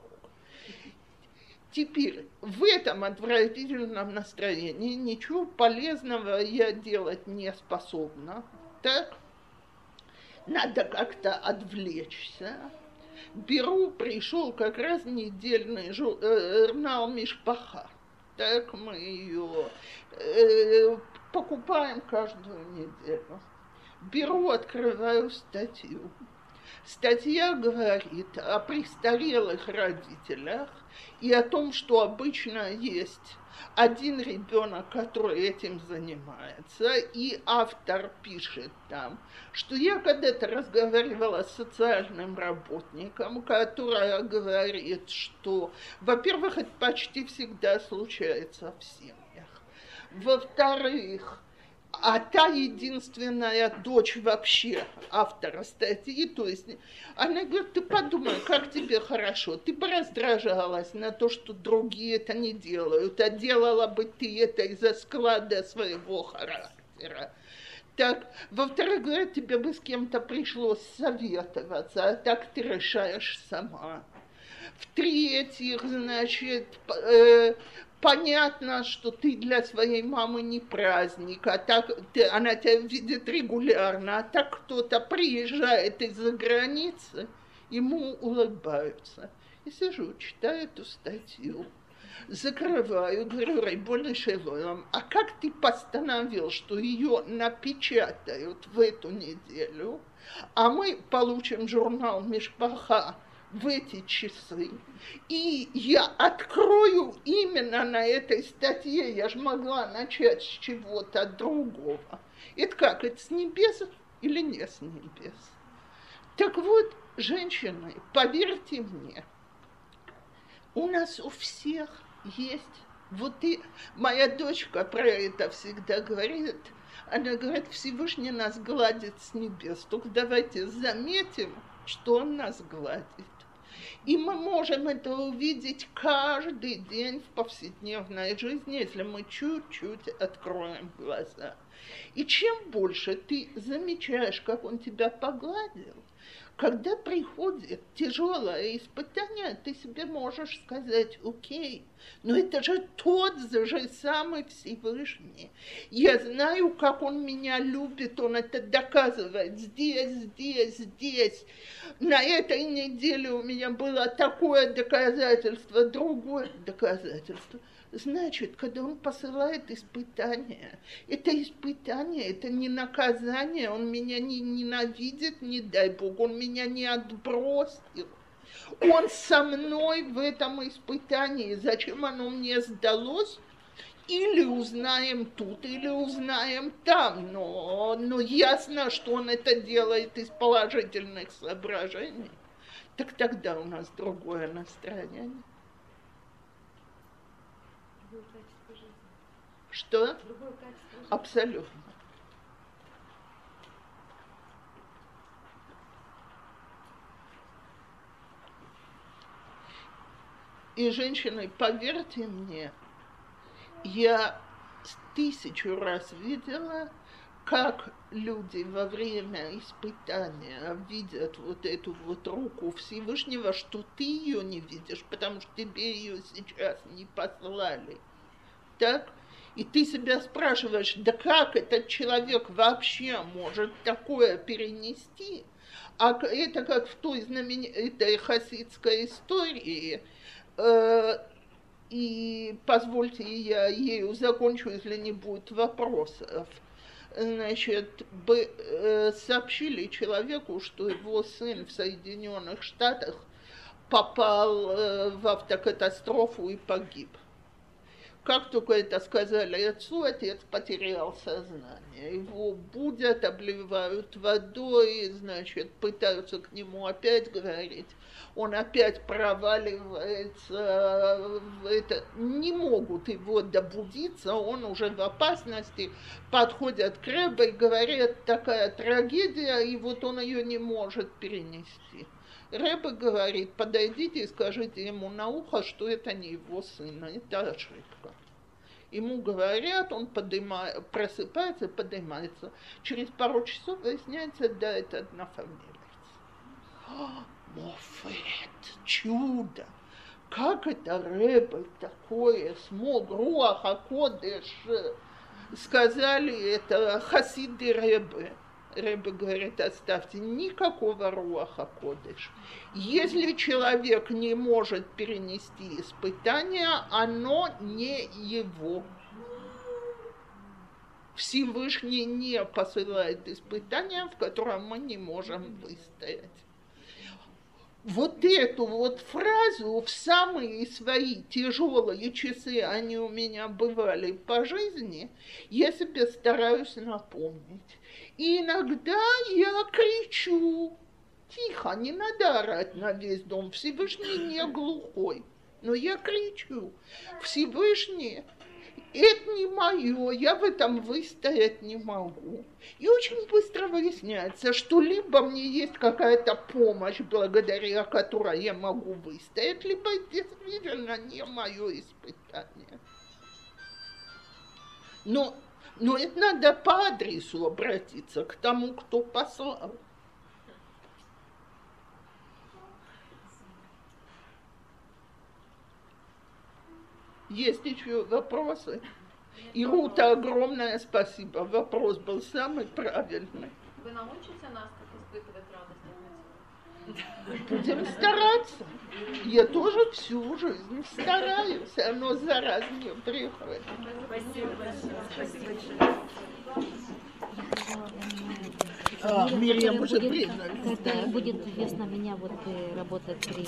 Теперь в этом отвратительном настроении ничего полезного я делать не способна. Так? Надо как-то отвлечься. Беру, пришел как раз недельный журнал Мишпаха. Так мы ее э, покупаем каждую неделю. Беру, открываю статью. Статья говорит о престарелых родителях и о том, что обычно есть один ребенок, который этим занимается, и автор пишет там, что я когда-то разговаривала с социальным работником, которая говорит, что, во-первых, это почти всегда случается в семьях, во-вторых, а та единственная дочь вообще автора статьи, то есть она говорит, ты подумай, как тебе хорошо, ты бы раздражалась на то, что другие это не делают, а делала бы ты это из-за склада своего характера. Так, во-вторых, говорят, тебе бы с кем-то пришлось советоваться, а так ты решаешь сама. В-третьих, значит, э, понятно, что ты для своей мамы не праздник, а так ты, она тебя видит регулярно, а так кто-то приезжает из-за границы, ему улыбаются. И сижу, читаю эту статью. Закрываю, говорю, Рейбоне Шелоем, а как ты постановил, что ее напечатают в эту неделю, а мы получим журнал Мишпаха в эти часы, и я открою именно на этой статье, я же могла начать с чего-то другого. Это как, это с небес или не с небес? Так вот, женщины, поверьте мне, у нас у всех есть, вот и моя дочка про это всегда говорит, она говорит, Всевышний нас гладит с небес, только давайте заметим, что он нас гладит. И мы можем это увидеть каждый день в повседневной жизни, если мы чуть-чуть откроем глаза. И чем больше ты замечаешь, как он тебя погладил, когда приходит тяжелое испытание, ты себе можешь сказать, окей, но это же тот же самый Всевышний. Я знаю, как он меня любит, он это доказывает здесь, здесь, здесь. На этой неделе у меня было такое доказательство, другое доказательство. Значит, когда он посылает испытания, это испытание, это не наказание, он меня не ненавидит, не дай Бог, он меня не отбросил. Он со мной в этом испытании. Зачем оно мне сдалось? Или узнаем тут, или узнаем там. Но, но ясно, что он это делает из положительных соображений. Так тогда у нас другое настроение. Что? Абсолютно. И, женщины, поверьте мне, я тысячу раз видела, как люди во время испытания видят вот эту вот руку Всевышнего, что ты ее не видишь, потому что тебе ее сейчас не послали. Так? И ты себя спрашиваешь, да как этот человек вообще может такое перенести? А это как в той знаменитой хасидской истории, э, и позвольте я ею закончу, если не будет вопросов. Значит, бы, э, сообщили человеку, что его сын в Соединенных Штатах попал э, в автокатастрофу и погиб. Как только это сказали отцу, отец потерял сознание. Его будят, обливают водой, значит, пытаются к нему опять говорить. Он опять проваливается в это. Не могут его добудиться, он уже в опасности. Подходят к Ребе и говорят, такая трагедия, и вот он ее не может перенести. Ребе говорит, подойдите и скажите ему на ухо, что это не его сын, это ошибка. Ему говорят, он поднимает, просыпается, поднимается. Через пару часов выясняется, да, это однофамилец. Мофет, чудо! Как это Ребе такое смог? Руах ха-кодеш, сказали это хасиды Ребе. Ребе говорит, оставьте, никакого руаха кодеш. Если человек не может перенести испытание, оно не его. Всевышний не посылает испытания, в котором мы не можем выстоять. Вот эту вот фразу в самые свои тяжелые часы, они у меня бывали по жизни, я себе стараюсь напомнить. И иногда я кричу, тихо, не надо орать на весь дом, Всевышний не глухой, но я кричу, Всевышний, это не мое, я в этом выстоять не могу. И очень быстро выясняется, что либо мне есть какая-то помощь, благодаря которой я могу выстоять, либо это действительно не мое испытание. Но Но это надо по адресу обратиться к тому, кто послал. Есть еще вопросы? И Рута, огромное спасибо. Вопрос был самый правильный. Вы научите нас, как испытывать радость от этого? Будем стараться. Я тоже всю жизнь стараюсь, оно зараз не приходит. Спасибо большое. Спасибо большое. А, Мирьям уже будет, признали. когда будет известно меня вот э, работать при